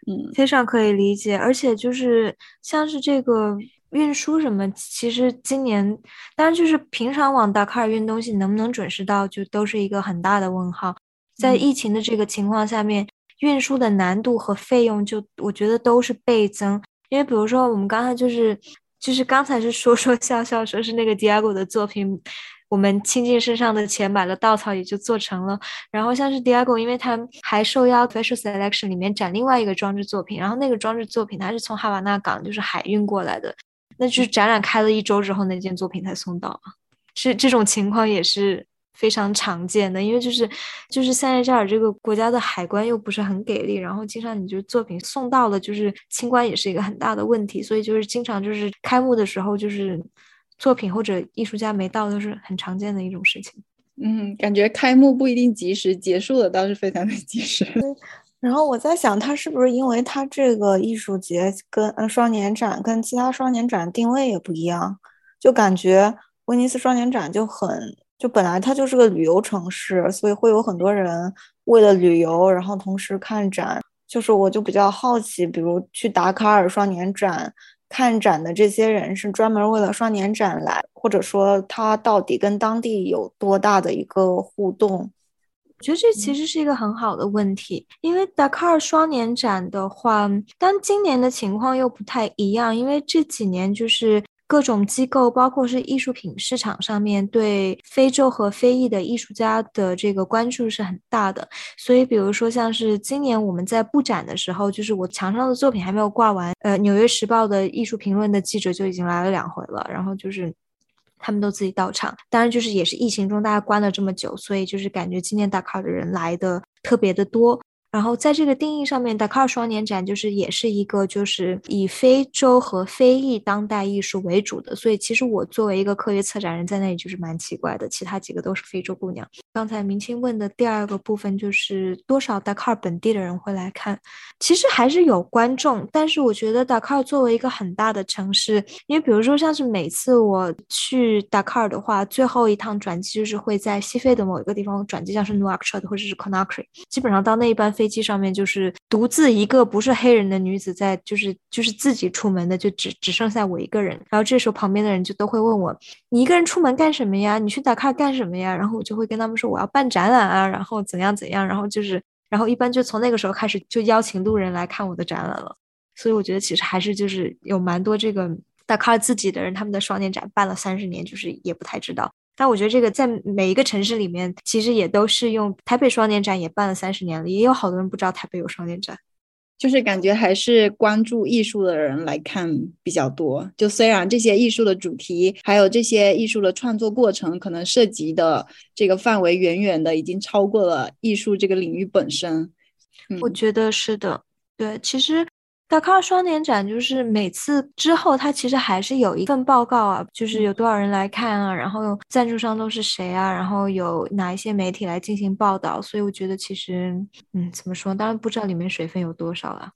嗯， 非常可以理解。而且就是像是这个运输什么，其实今年当然就是平常往达喀尔运东西能不能准时到，就都是一个很大的问号。在疫情的这个情况下面，运输的难度和费用就我觉得都是倍增。因为比如说我们刚才就是就是刚才是说说笑笑说是那个 Diego 的作品，我们倾尽身上的钱买了稻草也就做成了。然后像是 Diego 因为他还受邀 Special Selection 里面展另外一个装置作品，然后那个装置作品它是从哈瓦那港就是海运过来的，那就是展览开了一周之后那件作品才送到啊。是这种情况也是非常常见的。因为就是就是塞内加尔这个国家的海关又不是很给力，然后经常你就作品送到了就是清关也是一个很大的问题，所以就是经常就是开幕的时候就是作品或者艺术家没到都是很常见的一种事情。 嗯，感觉开幕不一定及时，结束了倒是非常的及时。 然后我在想，他是不是因为他这个艺术节跟呃双年展跟其他双年展定位也不一样，就感觉威尼斯双年展就很就本来它就是个旅游城市，所以会有很多人为了旅游然后同时看展。就是我就比较好奇，比如去达喀尔双年展看展的这些人是专门为了双年展来，或者说他到底跟当地有多大的一个互动。 我觉得这其实是一个很好的问题，因为达喀尔双年展的话，但今年的情况又不太一样，因为这几年就是各种机构包括是艺术品市场上面对非洲和非裔的艺术家的这个关注是很大的。所以比如说像是今年我们在布展的时候，就是我墙上的作品还没有挂完，呃，纽约时报的艺术评论的记者就已经来了两回了，然后就是他们都自己到场。当然就是也是疫情中大家关了这么久，所以就是感觉今年达喀尔的人来的特别的多。然后在这个定义上面，达喀尔双年展就是也是一个就是以非洲和非裔当代艺术为主的，所以其实我作为一个科约策展人在那里就是蛮奇怪的，其他几个都是非洲姑娘。刚才明清问的第二个部分就是多少达喀尔本地的人会来看，其实还是有观众，但是我觉得达喀尔作为一个很大的城市，因为比如说像是每次我去达喀尔的话，最后一趟转机就是会在西非的某一个地方转机，像是 Nouakchott 或者是 Conakry， 基本上到那一班飞机上面就是独自一个不是黑人的女子在就是就是自己出门的，就只只剩下我一个人。然后这时候旁边的人就都会问我，你一个人出门干什么呀？你去达喀尔干什么呀？然后我就会跟他们说我要办展览啊，然后怎样怎样，然后就是然后一般就从那个时候开始就邀请路人来看我的展览了。所以我觉得其实还是就是有蛮多这个达喀尔自己的人，他们的双年展办了三十年，就是也不太知道。但我觉得这个在每一个城市里面其实也都是用，台北双年展也办了三十年了，也有好多人不知道台北有双年展。 就是感觉还是关注艺术的人来看比较多，就虽然这些艺术的主题还有这些艺术的创作过程可能涉及的这个范围远远的已经超过了艺术这个领域本身。 嗯、我觉得是的。对，其实达喀尔双年展就是每次之后它其实还是有一份报告啊，就是有多少人来看啊，然后赞助商都是谁啊，然后有哪一些媒体来进行报道。所以我觉得其实嗯，怎么说，当然不知道里面水分有多少啊。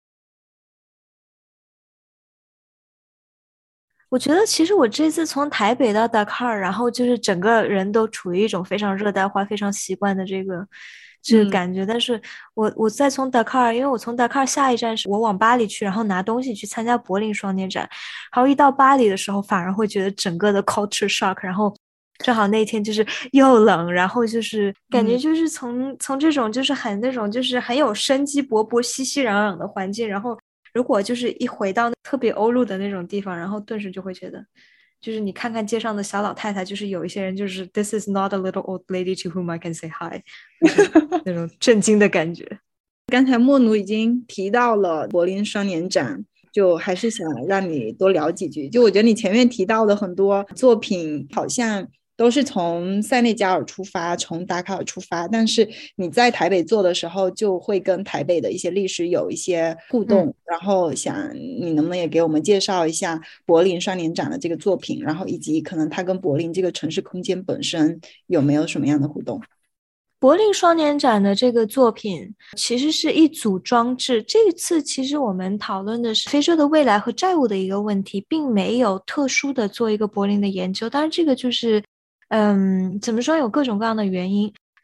我觉得其实我这次从台北到达喀尔，然后就是整个人都处于一种非常热带化非常习惯的这个这个感觉、嗯、但是我我再从达喀尔，因为我从达喀尔下一站是我往巴黎去，然后拿东西去参加柏林双年展，然后一到巴黎的时候反而会觉得整个的 culture shock， 然后正好那天就是又冷，然后就是感觉就是从、嗯、从这种就是很那种就是很有生机勃勃熙熙攘攘的环境，然后如果就是一回到特别欧陆的那种地方，然后顿时就会觉得就是你看看街上的小老太太，就是有一些人就是 This is not a little old lady to whom I can say hi 那种震惊的感觉。 刚才莫奴已经提到了柏林双年展，就还是想让你多聊几句。就我觉得你前面提到的很多作品好像都是从塞内加尔出发，从达喀尔出发，但是你在台北做的时候就会跟台北的一些历史有一些互动、嗯、然后想你能不能也给我们介绍一下柏林双年展的这个作品，然后以及可能它跟柏林这个城市空间本身有没有什么样的互动。 柏林双年展的这个作品其实是一组装置，这次其实我们讨论的是非洲的未来和债务的一个问题，并没有特殊的做一个柏林的研究，当然这个就是嗯，怎么说，有各种各样的原因。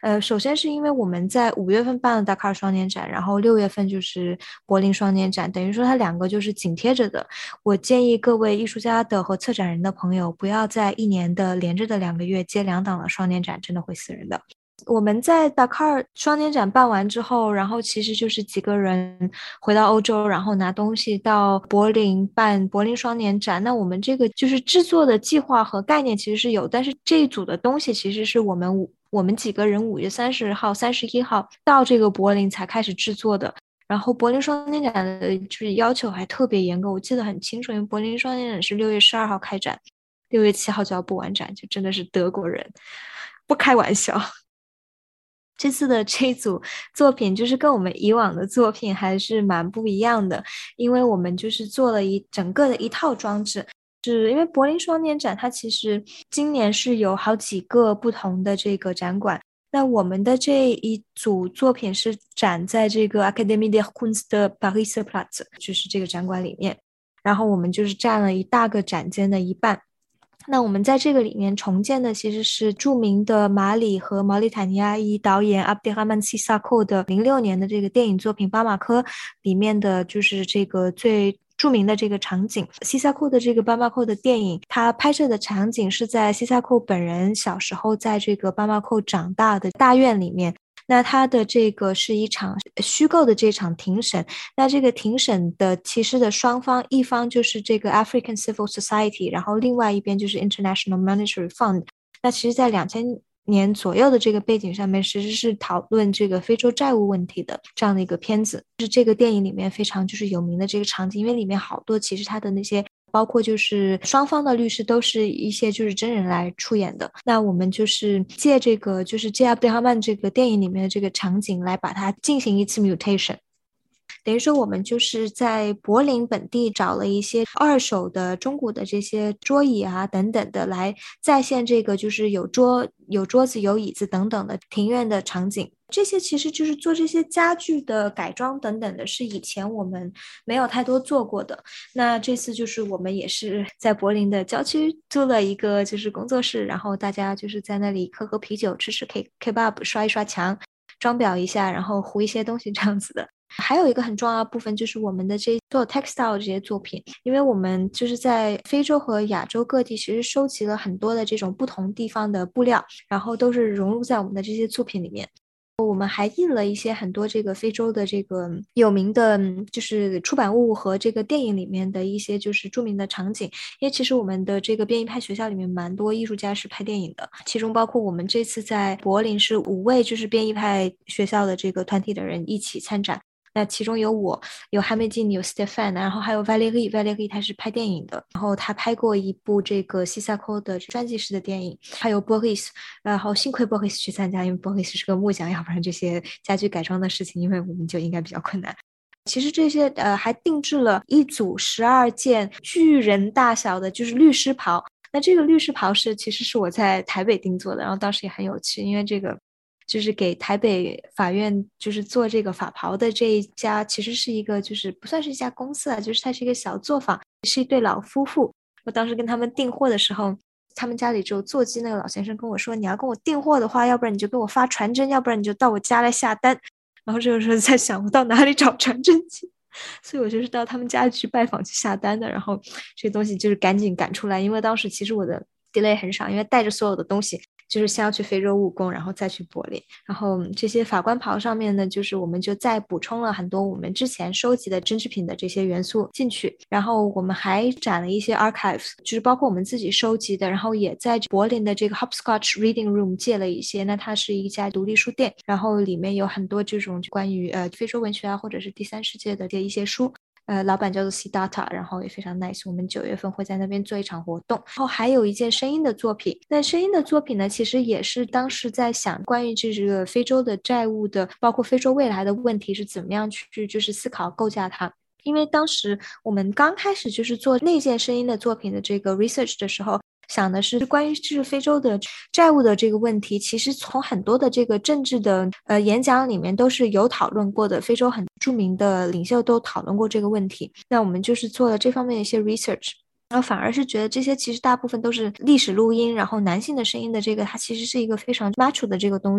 呃，首先是因为我们在五月份办了达喀尔双年展，然后六月份就是柏林双年展，等于说它两个就是紧贴着的。我建议各位艺术家的和策展人的朋友，不要在一年的连着的两个月接两档的双年展，真的会死人的。我们在达喀尔双年展办完之后，然后其实就是几个人回到欧洲，然后拿东西到柏林办柏林双年展。那我们这个就是制作的计划和概念其实是有，但是这一组的东西其实是我们我们几个人五月三十号、三十一号到这个柏林才开始制作的。然后柏林双年展的就是要求还特别严格，我记得很清楚，因为柏林双年展是六月十二号开展，六月七号就要布完展，就真的是德国人，不开玩笑。这次的这一组作品就是跟我们以往的作品还是蛮不一样的，因为我们就是做了一整个的一套装置，是因为柏林双年展它其实今年是有好几个不同的这个展馆，那我们的这一组作品是展在这个 Académie des Kunst de Paris-Platz， 就是这个展馆里面，然后我们就是占了一大个展间的一半。那我们在这个里面重建的其实是著名的马里和毛里塔尼亚裔导演 Abderrahmane Sissako 的零六年的这个电影作品《巴马科》里面的就是这个最著名的这个场景。西萨库的这个巴马库的电影，他拍摄的场景是在西萨库本人小时候在这个巴马库长大的大院里面。那他的这个是一场虚构的这场庭审，那这个庭审的其实的双方，一方就是这个 African Civil Society， 然后另外一边就是 International Monetary Fund。 那其实在两千年左右的这个背景上面，其实是讨论这个非洲债务问题的这样的一个片子，是这个电影里面非常就是有名的这个场景，因为里面好多其实它的那些包括就是双方的律师都是一些就是真人来出演的。那我们就是借这个就是借阿布德哈曼这个电影里面的这个场景来把它进行一次 mutation，等于说我们就是在柏林本地找了一些二手的中古的这些桌椅啊等等的，来再现这个就是有桌有桌子有椅子等等的庭院的场景。这些其实就是做这些家具的改装等等的，是以前我们没有太多做过的。那这次就是我们也是在柏林的郊区租了一个就是工作室，然后大家就是在那里喝喝啤酒，吃吃 K kebab， 刷一刷墙，装裱一下，然后糊一些东西这样子的。还有一个很重要的部分就是我们的这做 textile 这些作品，因为我们就是在非洲和亚洲各地其实收集了很多的这种不同地方的布料，然后都是融入在我们的这些作品里面。我们还印了一些很多这个非洲的这个有名的就是出版物和这个电影里面的一些就是著名的场景，因为其实我们的这个编译派学校里面蛮多艺术家是拍电影的，其中包括我们这次在柏林是五位就是编译派学校的这个团体的人一起参展。那其中有我，有哈梅金，有 Stefan， 然后还有 Valérie Valérie 他是拍电影的，然后他拍过一部这个西萨科的传记式的电影，还有 Boris， 然后幸亏 Boris 去参加，因为 Boris 是个木匠，要不然这些家居改装的事情，因为我们就应该比较困难。其实这些呃还定制了一组十二件巨人大小的就是律师袍，那这个律师袍是其实是我在台北定做的，然后当时也很有趣，因为这个就是给台北法院就是做这个法袍的这一家其实是一个就是不算是一家公司啊，就是它是一个小作坊，是一对老夫妇。我当时跟他们订货的时候，他们家里只有座机，那个老先生跟我说，你要跟我订货的话，要不然你就给我发传真，要不然你就到我家来下单。然后这个时候在想我到哪里找传真机，所以我就是到他们家去拜访去下单的，然后这个东西就是赶紧赶出来，因为当时其实我的 delay 很少，因为带着所有的东西就是先要去非洲务工，然后再去柏林。然后这些法官袍上面呢，就是我们就再补充了很多我们之前收集的针织品的这些元素进去，然后我们还展了一些 archives， 就是包括我们自己收集的，然后也在柏林的这个 Hopscotch Reading Room 借了一些，那它是一家独立书店，然后里面有很多这种关于呃非洲文学啊或者是第三世界的这一些书。呃，老板叫做 Siddhartha， 然后也非常 nice， 我们九月份会在那边做一场活动。然后还有一件声音的作品，那声音的作品呢，其实也是当时在想关于这个非洲的债务的，包括非洲未来的问题是怎么样去就是思考构架它。因为当时我们刚开始就是做那件声音的作品的这个 research 的时候，想的是关于就是非洲的债务的这个问题，其实从很多的这个政治的呃演讲里面都是有讨论过的，非洲很著名的领袖都讨论过这个问题。那我们就是做了这方面的一些 research， 然后反而是觉得这些其实大部分都是历史录音，然后男性的声音的这个它其实是一个非常 macho 的这个东西，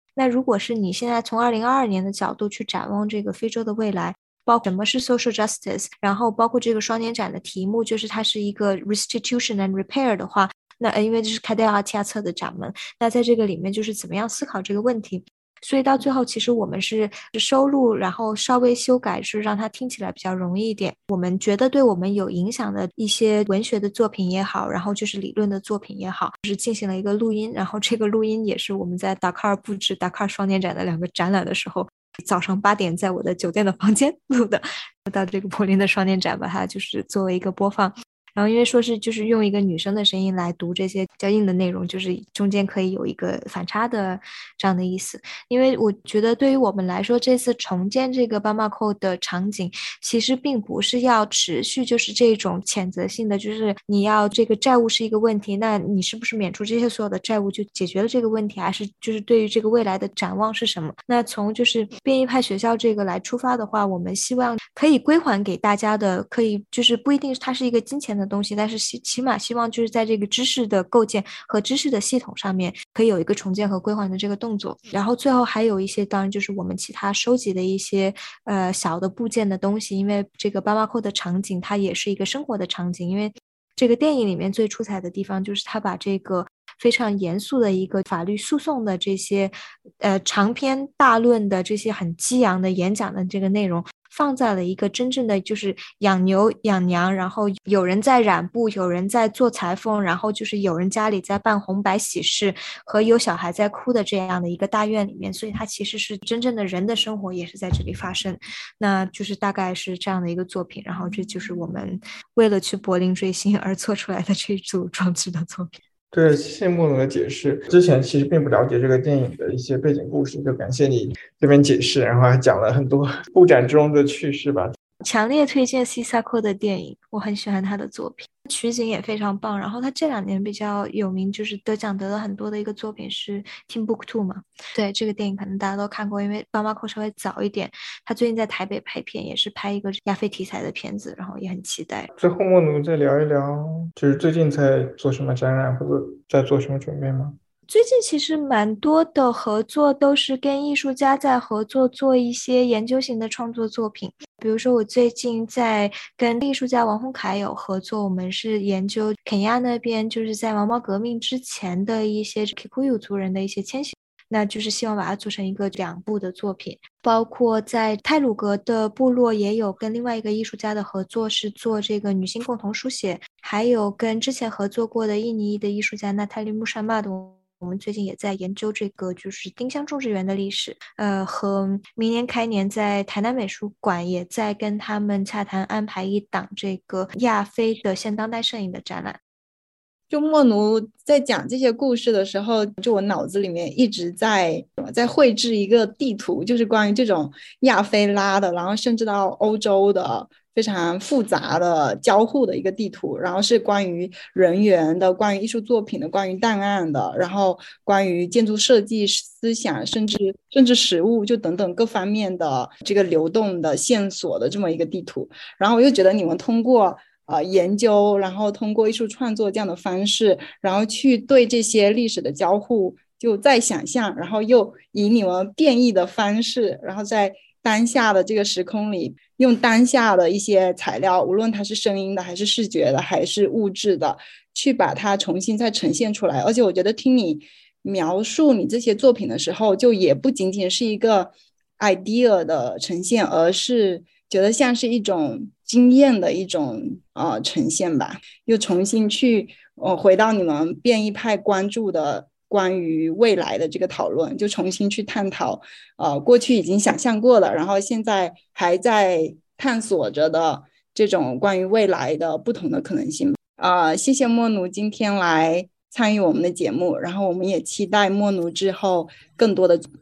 那如果是你现在从二零二二年的角度去展望这个非洲的未来，包括什么是 social justice， 然后包括这个双年展的题目就是它是一个 restitution and repair 的话，那因为这是开戴亚恰策的展门，那在这个里面就是怎么样思考这个问题。所以到最后，其实我们是收录，然后稍微修改，是让它听起来比较容易一点。我们觉得对我们有影响的一些文学的作品也好，然后就是理论的作品也好，就是进行了一个录音。然后这个录音也是我们在达喀尔布置达喀尔双年展的两个展览的时候，早上八点在我的酒店的房间录的。到这个柏林的双年展把它就是作为一个播放。然后因为说是就是用一个女生的声音来读这些较硬的内容，就是中间可以有一个反差的这样的意思。因为我觉得对于我们来说，这次重建这个 Bamako 的场景，其实并不是要持续就是这种谴责性的，就是你要这个债务是一个问题，那你是不是免除这些所有的债务就解决了这个问题，还是就是对于这个未来的展望是什么？那从就是变异派学校这个来出发的话，我们希望可以归还给大家的，可以就是不一定它是一个金钱的东西，但是起起码希望就是在这个知识的构建和知识的系统上面可以有一个重建和归还的这个动作。然后最后还有一些当然就是我们其他收集的一些呃小的部件的东西，因为这个巴巴扣的场景它也是一个生活的场景，因为这个电影里面最出彩的地方就是他把这个非常严肃的一个法律诉讼的这些呃长篇大论的这些很激昂的演讲的这个内容放在了一个真正的就是养牛养羊，然后有人在染布，有人在做裁缝，然后就是有人家里在办红白喜事和有小孩在哭的这样的一个大院里面，所以它其实是真正的人的生活也是在这里发生。那就是大概是这样的一个作品，然后这就是我们为了去柏林追星而做出来的这组装置的作品。 对，谢谢莫总的解释。之前其实并不了解这个电影的一些背景故事，就感谢你这边解释，然后还讲了很多布展中的趣事吧。 强烈推荐西萨克的电影，我很喜欢他的作品，取景也非常棒。然后他这两年比较有名，就是得奖得了很多的一个作品是 Timbuktu 嘛。对，这个电影可能大家都看过，因为巴马扣稍微早一点，他最近在台北拍片，也是拍一个亚非题材的片子，然后也很期待。 最后莫奴再聊一聊，就是最近在做什么展览，或者在做什么准备吗？ 最近其实蛮多的合作都是跟艺术家在合作做一些研究型的创作作品，比如说我最近在跟艺术家王洪凯有合作，我们是研究肯亚那边就是在毛毛革命之前的一些 Kikuyu 族人的一些迁徙，那就是希望把它做成一个两部的作品。包括在太鲁阁的部落也有跟另外一个艺术家的合作，是做这个女性共同书写，还有跟之前合作过的印尼的艺术家娜塔莉穆沙玛的。我们最近也在研究这个就是丁香种植园的历史，呃，和明年开年在台南美术馆也在跟他们洽谈安排一档这个亚非的现当代摄影的展览。 就莫奴在讲这些故事的时候，就我脑子里面一直在在绘制一个地图，就是关于这种亚非拉的，然后甚至到欧洲的非常复杂的交互的一个地图，然后是关于人员的，关于艺术作品的，关于档案的，然后关于建筑设计思想，甚至甚至实物，就等等各方面的这个流动的线索的这么一个地图。然后我又觉得你们通过呃，研究，然后通过艺术创作这样的方式，然后去对这些历史的交互就再想象，然后又以你们变异的方式，然后在当下的这个时空里，用当下的一些材料，无论它是声音的，还是视觉的，还是物质的，去把它重新再呈现出来。而且我觉得听你描述你这些作品的时候，就也不仅仅是一个 idea 的呈现，而是觉得像是一种经验的一种呃呈现吧，又重新去呃回到你们变异派关注的关于未来的这个讨论，就重新去探讨呃过去已经想象过的，然后现在还在探索着的这种关于未来的不同的可能性。呃，谢谢莫奴今天来参与我们的节目，然后我们也期待莫奴之後更多的。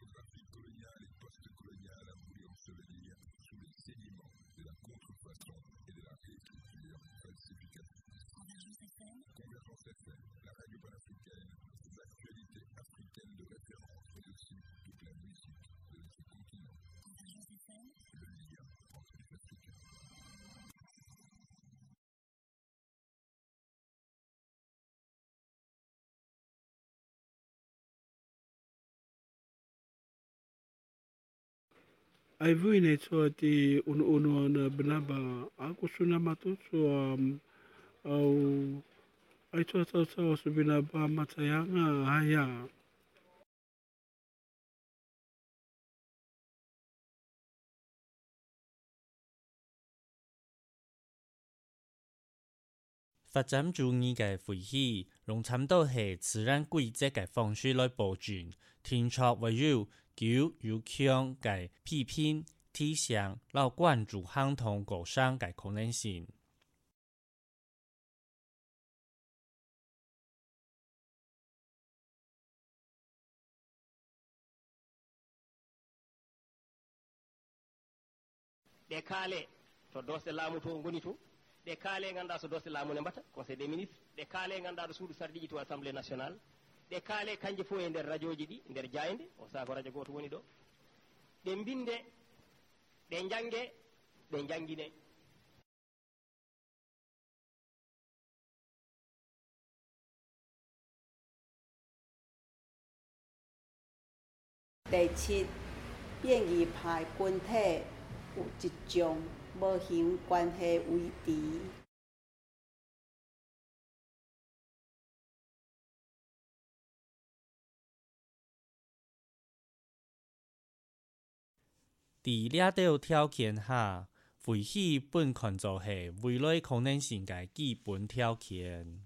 Coloniale, post-coloniale, a voulu ensevelir sous les sédiments de la contrefaçon. ai vui nei so ti uno uno na benaba aku suna matu so um, au ai so so so so benaba matayanga haya 發展注意嘅回憶，用差唔多係自然軌跡嘅方式來保存，天作為有舊有強嘅批評、提倡，來關注相同構想嘅可能性。 ɗe kaale to dosɗe laamu to ngoni to ɗe kaale ganduɗa so dosɗe laamu ne mbatta conseil des ministres ɗe kaale ganduɗa ɗo suudu sarɗiji to assemblée nationale ɗe kaale kanje fof e nder radio ji ɗi nder jayde o sako radio goto woni ɗo ɗe binde ɗe jange ɗe jangguine 第七，变异派群体有一种无形关系维持。 伫掠到條件下，回憶本看作係未來可能性嘅基本條件。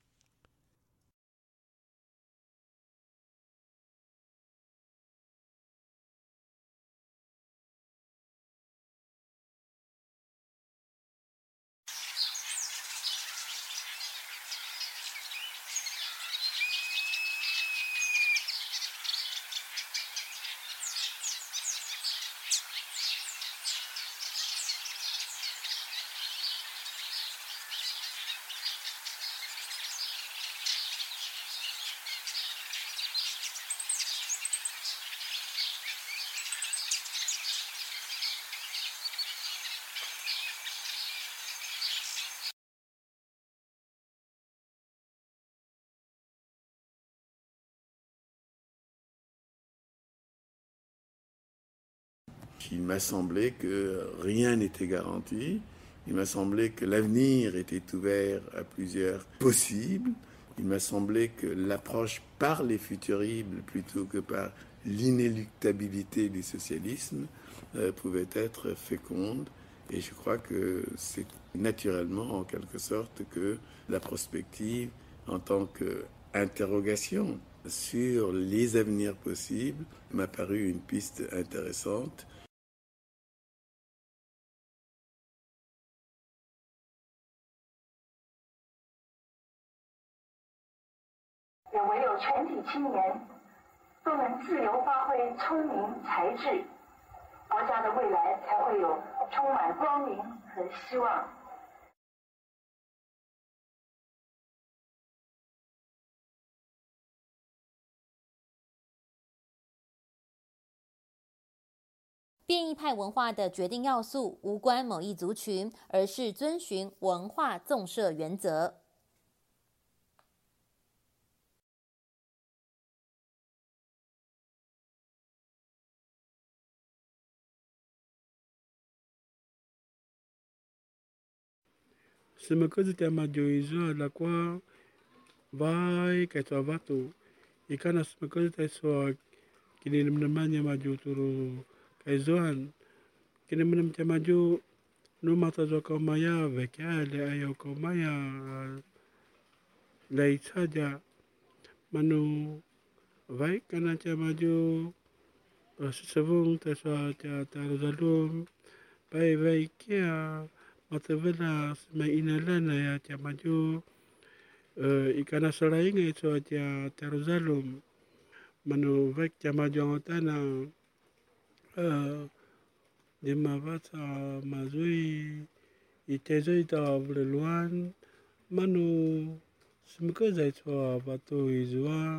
Il m'a semblé que rien n'était garanti. Il m'a semblé que l'avenir était ouvert à plusieurs possibles. Il m'a semblé que l'approche par les futuribles plutôt que par l'inéluctabilité du socialisme euh, pouvait être féconde. Et je crois que c'est naturellement, en quelque sorte, que la prospective, en tant qu'interrogation sur les avenirs possibles, m'a paru une piste intéressante. 也唯有全体青年都能自由发挥聪明才智，国家的未来才会有充满光明和希望。 变异派文化的决定要素无关某一族群，而是遵循文化纵摄原则。 Semua kerja yang maju itu adalah kuah baik kaitu abatu. Ikan semua kerja itu kini namanya maju turu kaizuan. Kini namanya maju numa tazo kau maya vekale ayo kau maya lai saja manu baik kana cha maju sesebung teswa cha taruzalum baik baik kia matavela mai inalana ya cha maju ikana selain itu cha taruzalum manu baik cha maju ngotana lima bata mazui itezoi ta buluan manu semua zaitwa batu izua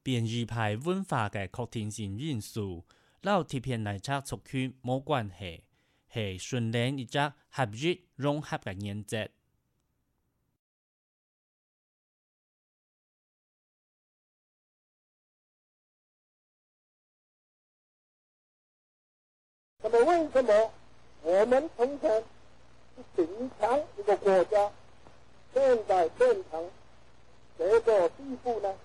变异派文化嘅确定性因素，老贴片嚟測族群冇關係，係訓練一隻合一融合嘅原則。 那么为什么我们从前是顶强一个国家，现在变成这个地步呢？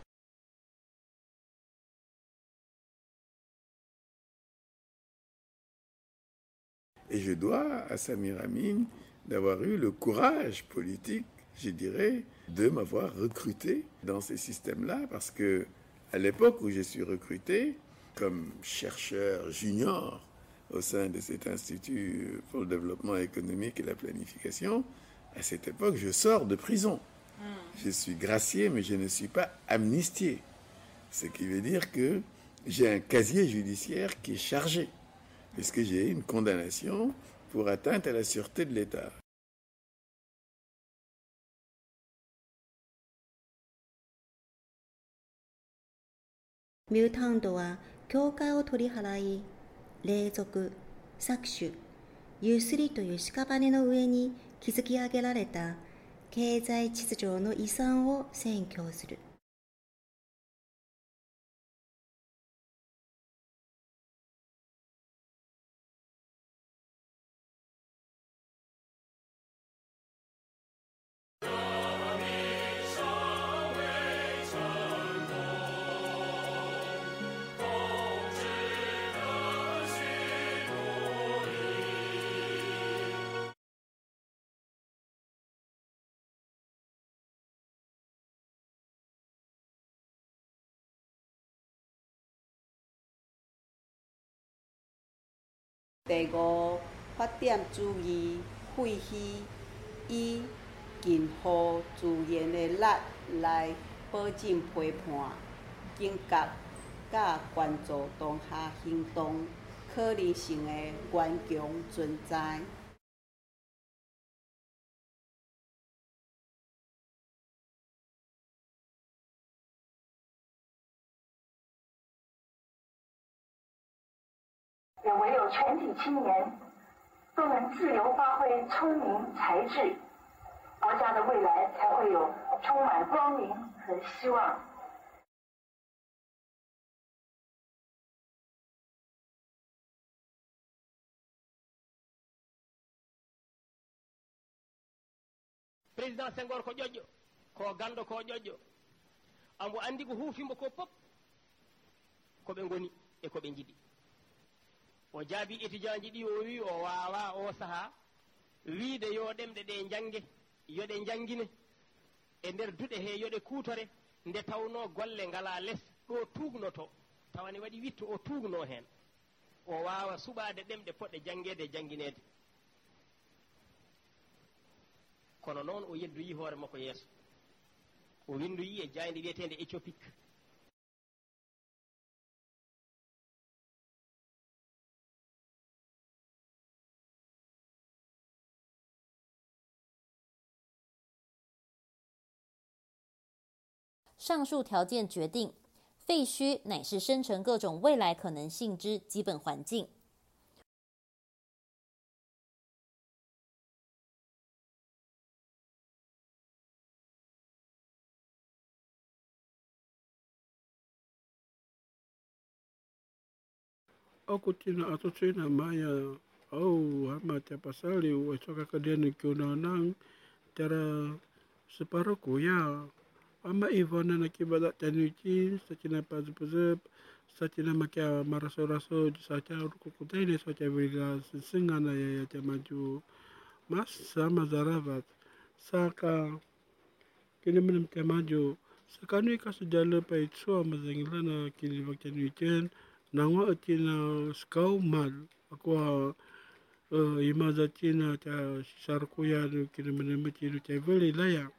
Et je dois à Samir Amin d'avoir eu le courage politique, je dirais, de m'avoir recruté dans ces systèmes-là, parce que à l'époque où je suis recruté comme chercheur junior au sein de cet institut pour le développement économique et la planification, à cette époque, je sors de prison. Je suis gracié, mais je ne suis pas amnistié. Ce qui veut dire que j'ai un casier judiciaire qui est chargé, puisque j'ai une condamnation pour atteinte à la sûreté de l'État. 뮤타운드は教会を取り払い、霊俗、搾取、ゆすりという屍の上に築き上げられた経済秩序の遺産を占拠する。 第五，发展主义废墟，以近乎自然的力来保证批判、警觉、甲关注当下行动可能性的顽强存在。 也唯有全体青年都能自由发挥聪明才智，国家的未来才会有充满光明和希望。 président Senghor ko ƴoƴƴo ko gando ko ƴoƴƴo ambo andi ko huufimo ko pop koɓe goni e koɓe jiɗi. O jaabi étudiant ji ɗi o wi o wawa o saaha wiide yo ɗemɗe ɗe jange yoɗe jangine e nder duɗe he yoɗe kuutore nde tawno golle ngala less ɗo tugnoto tawani waɗi wittu o tugno hen o wawa suɓade ɗemɗe poɗɗe jangede e janguinede. kono noon o yeddoyi hoore makko yeeso o windoyi e jayde wiyetede éthiopique. 上述条件决定，废墟乃是生成各种未来可能性之基本环境。 Aku tina ato tina maya au hama te pasali u esoka kadene kiona nang tera separo kuya ama ivana na kibada tanuki satina pazupazup satina makia maraso raso sacha kukutaine sacha viriga singana ya ya maju mas sama zaravat saka kini menem maju sakanu ka sejala pa itsua mazangilana kini bakta nuken nangwa atina skau mal akwa uh, imaza tina ta sarkuya no kina menemati no ta vele laya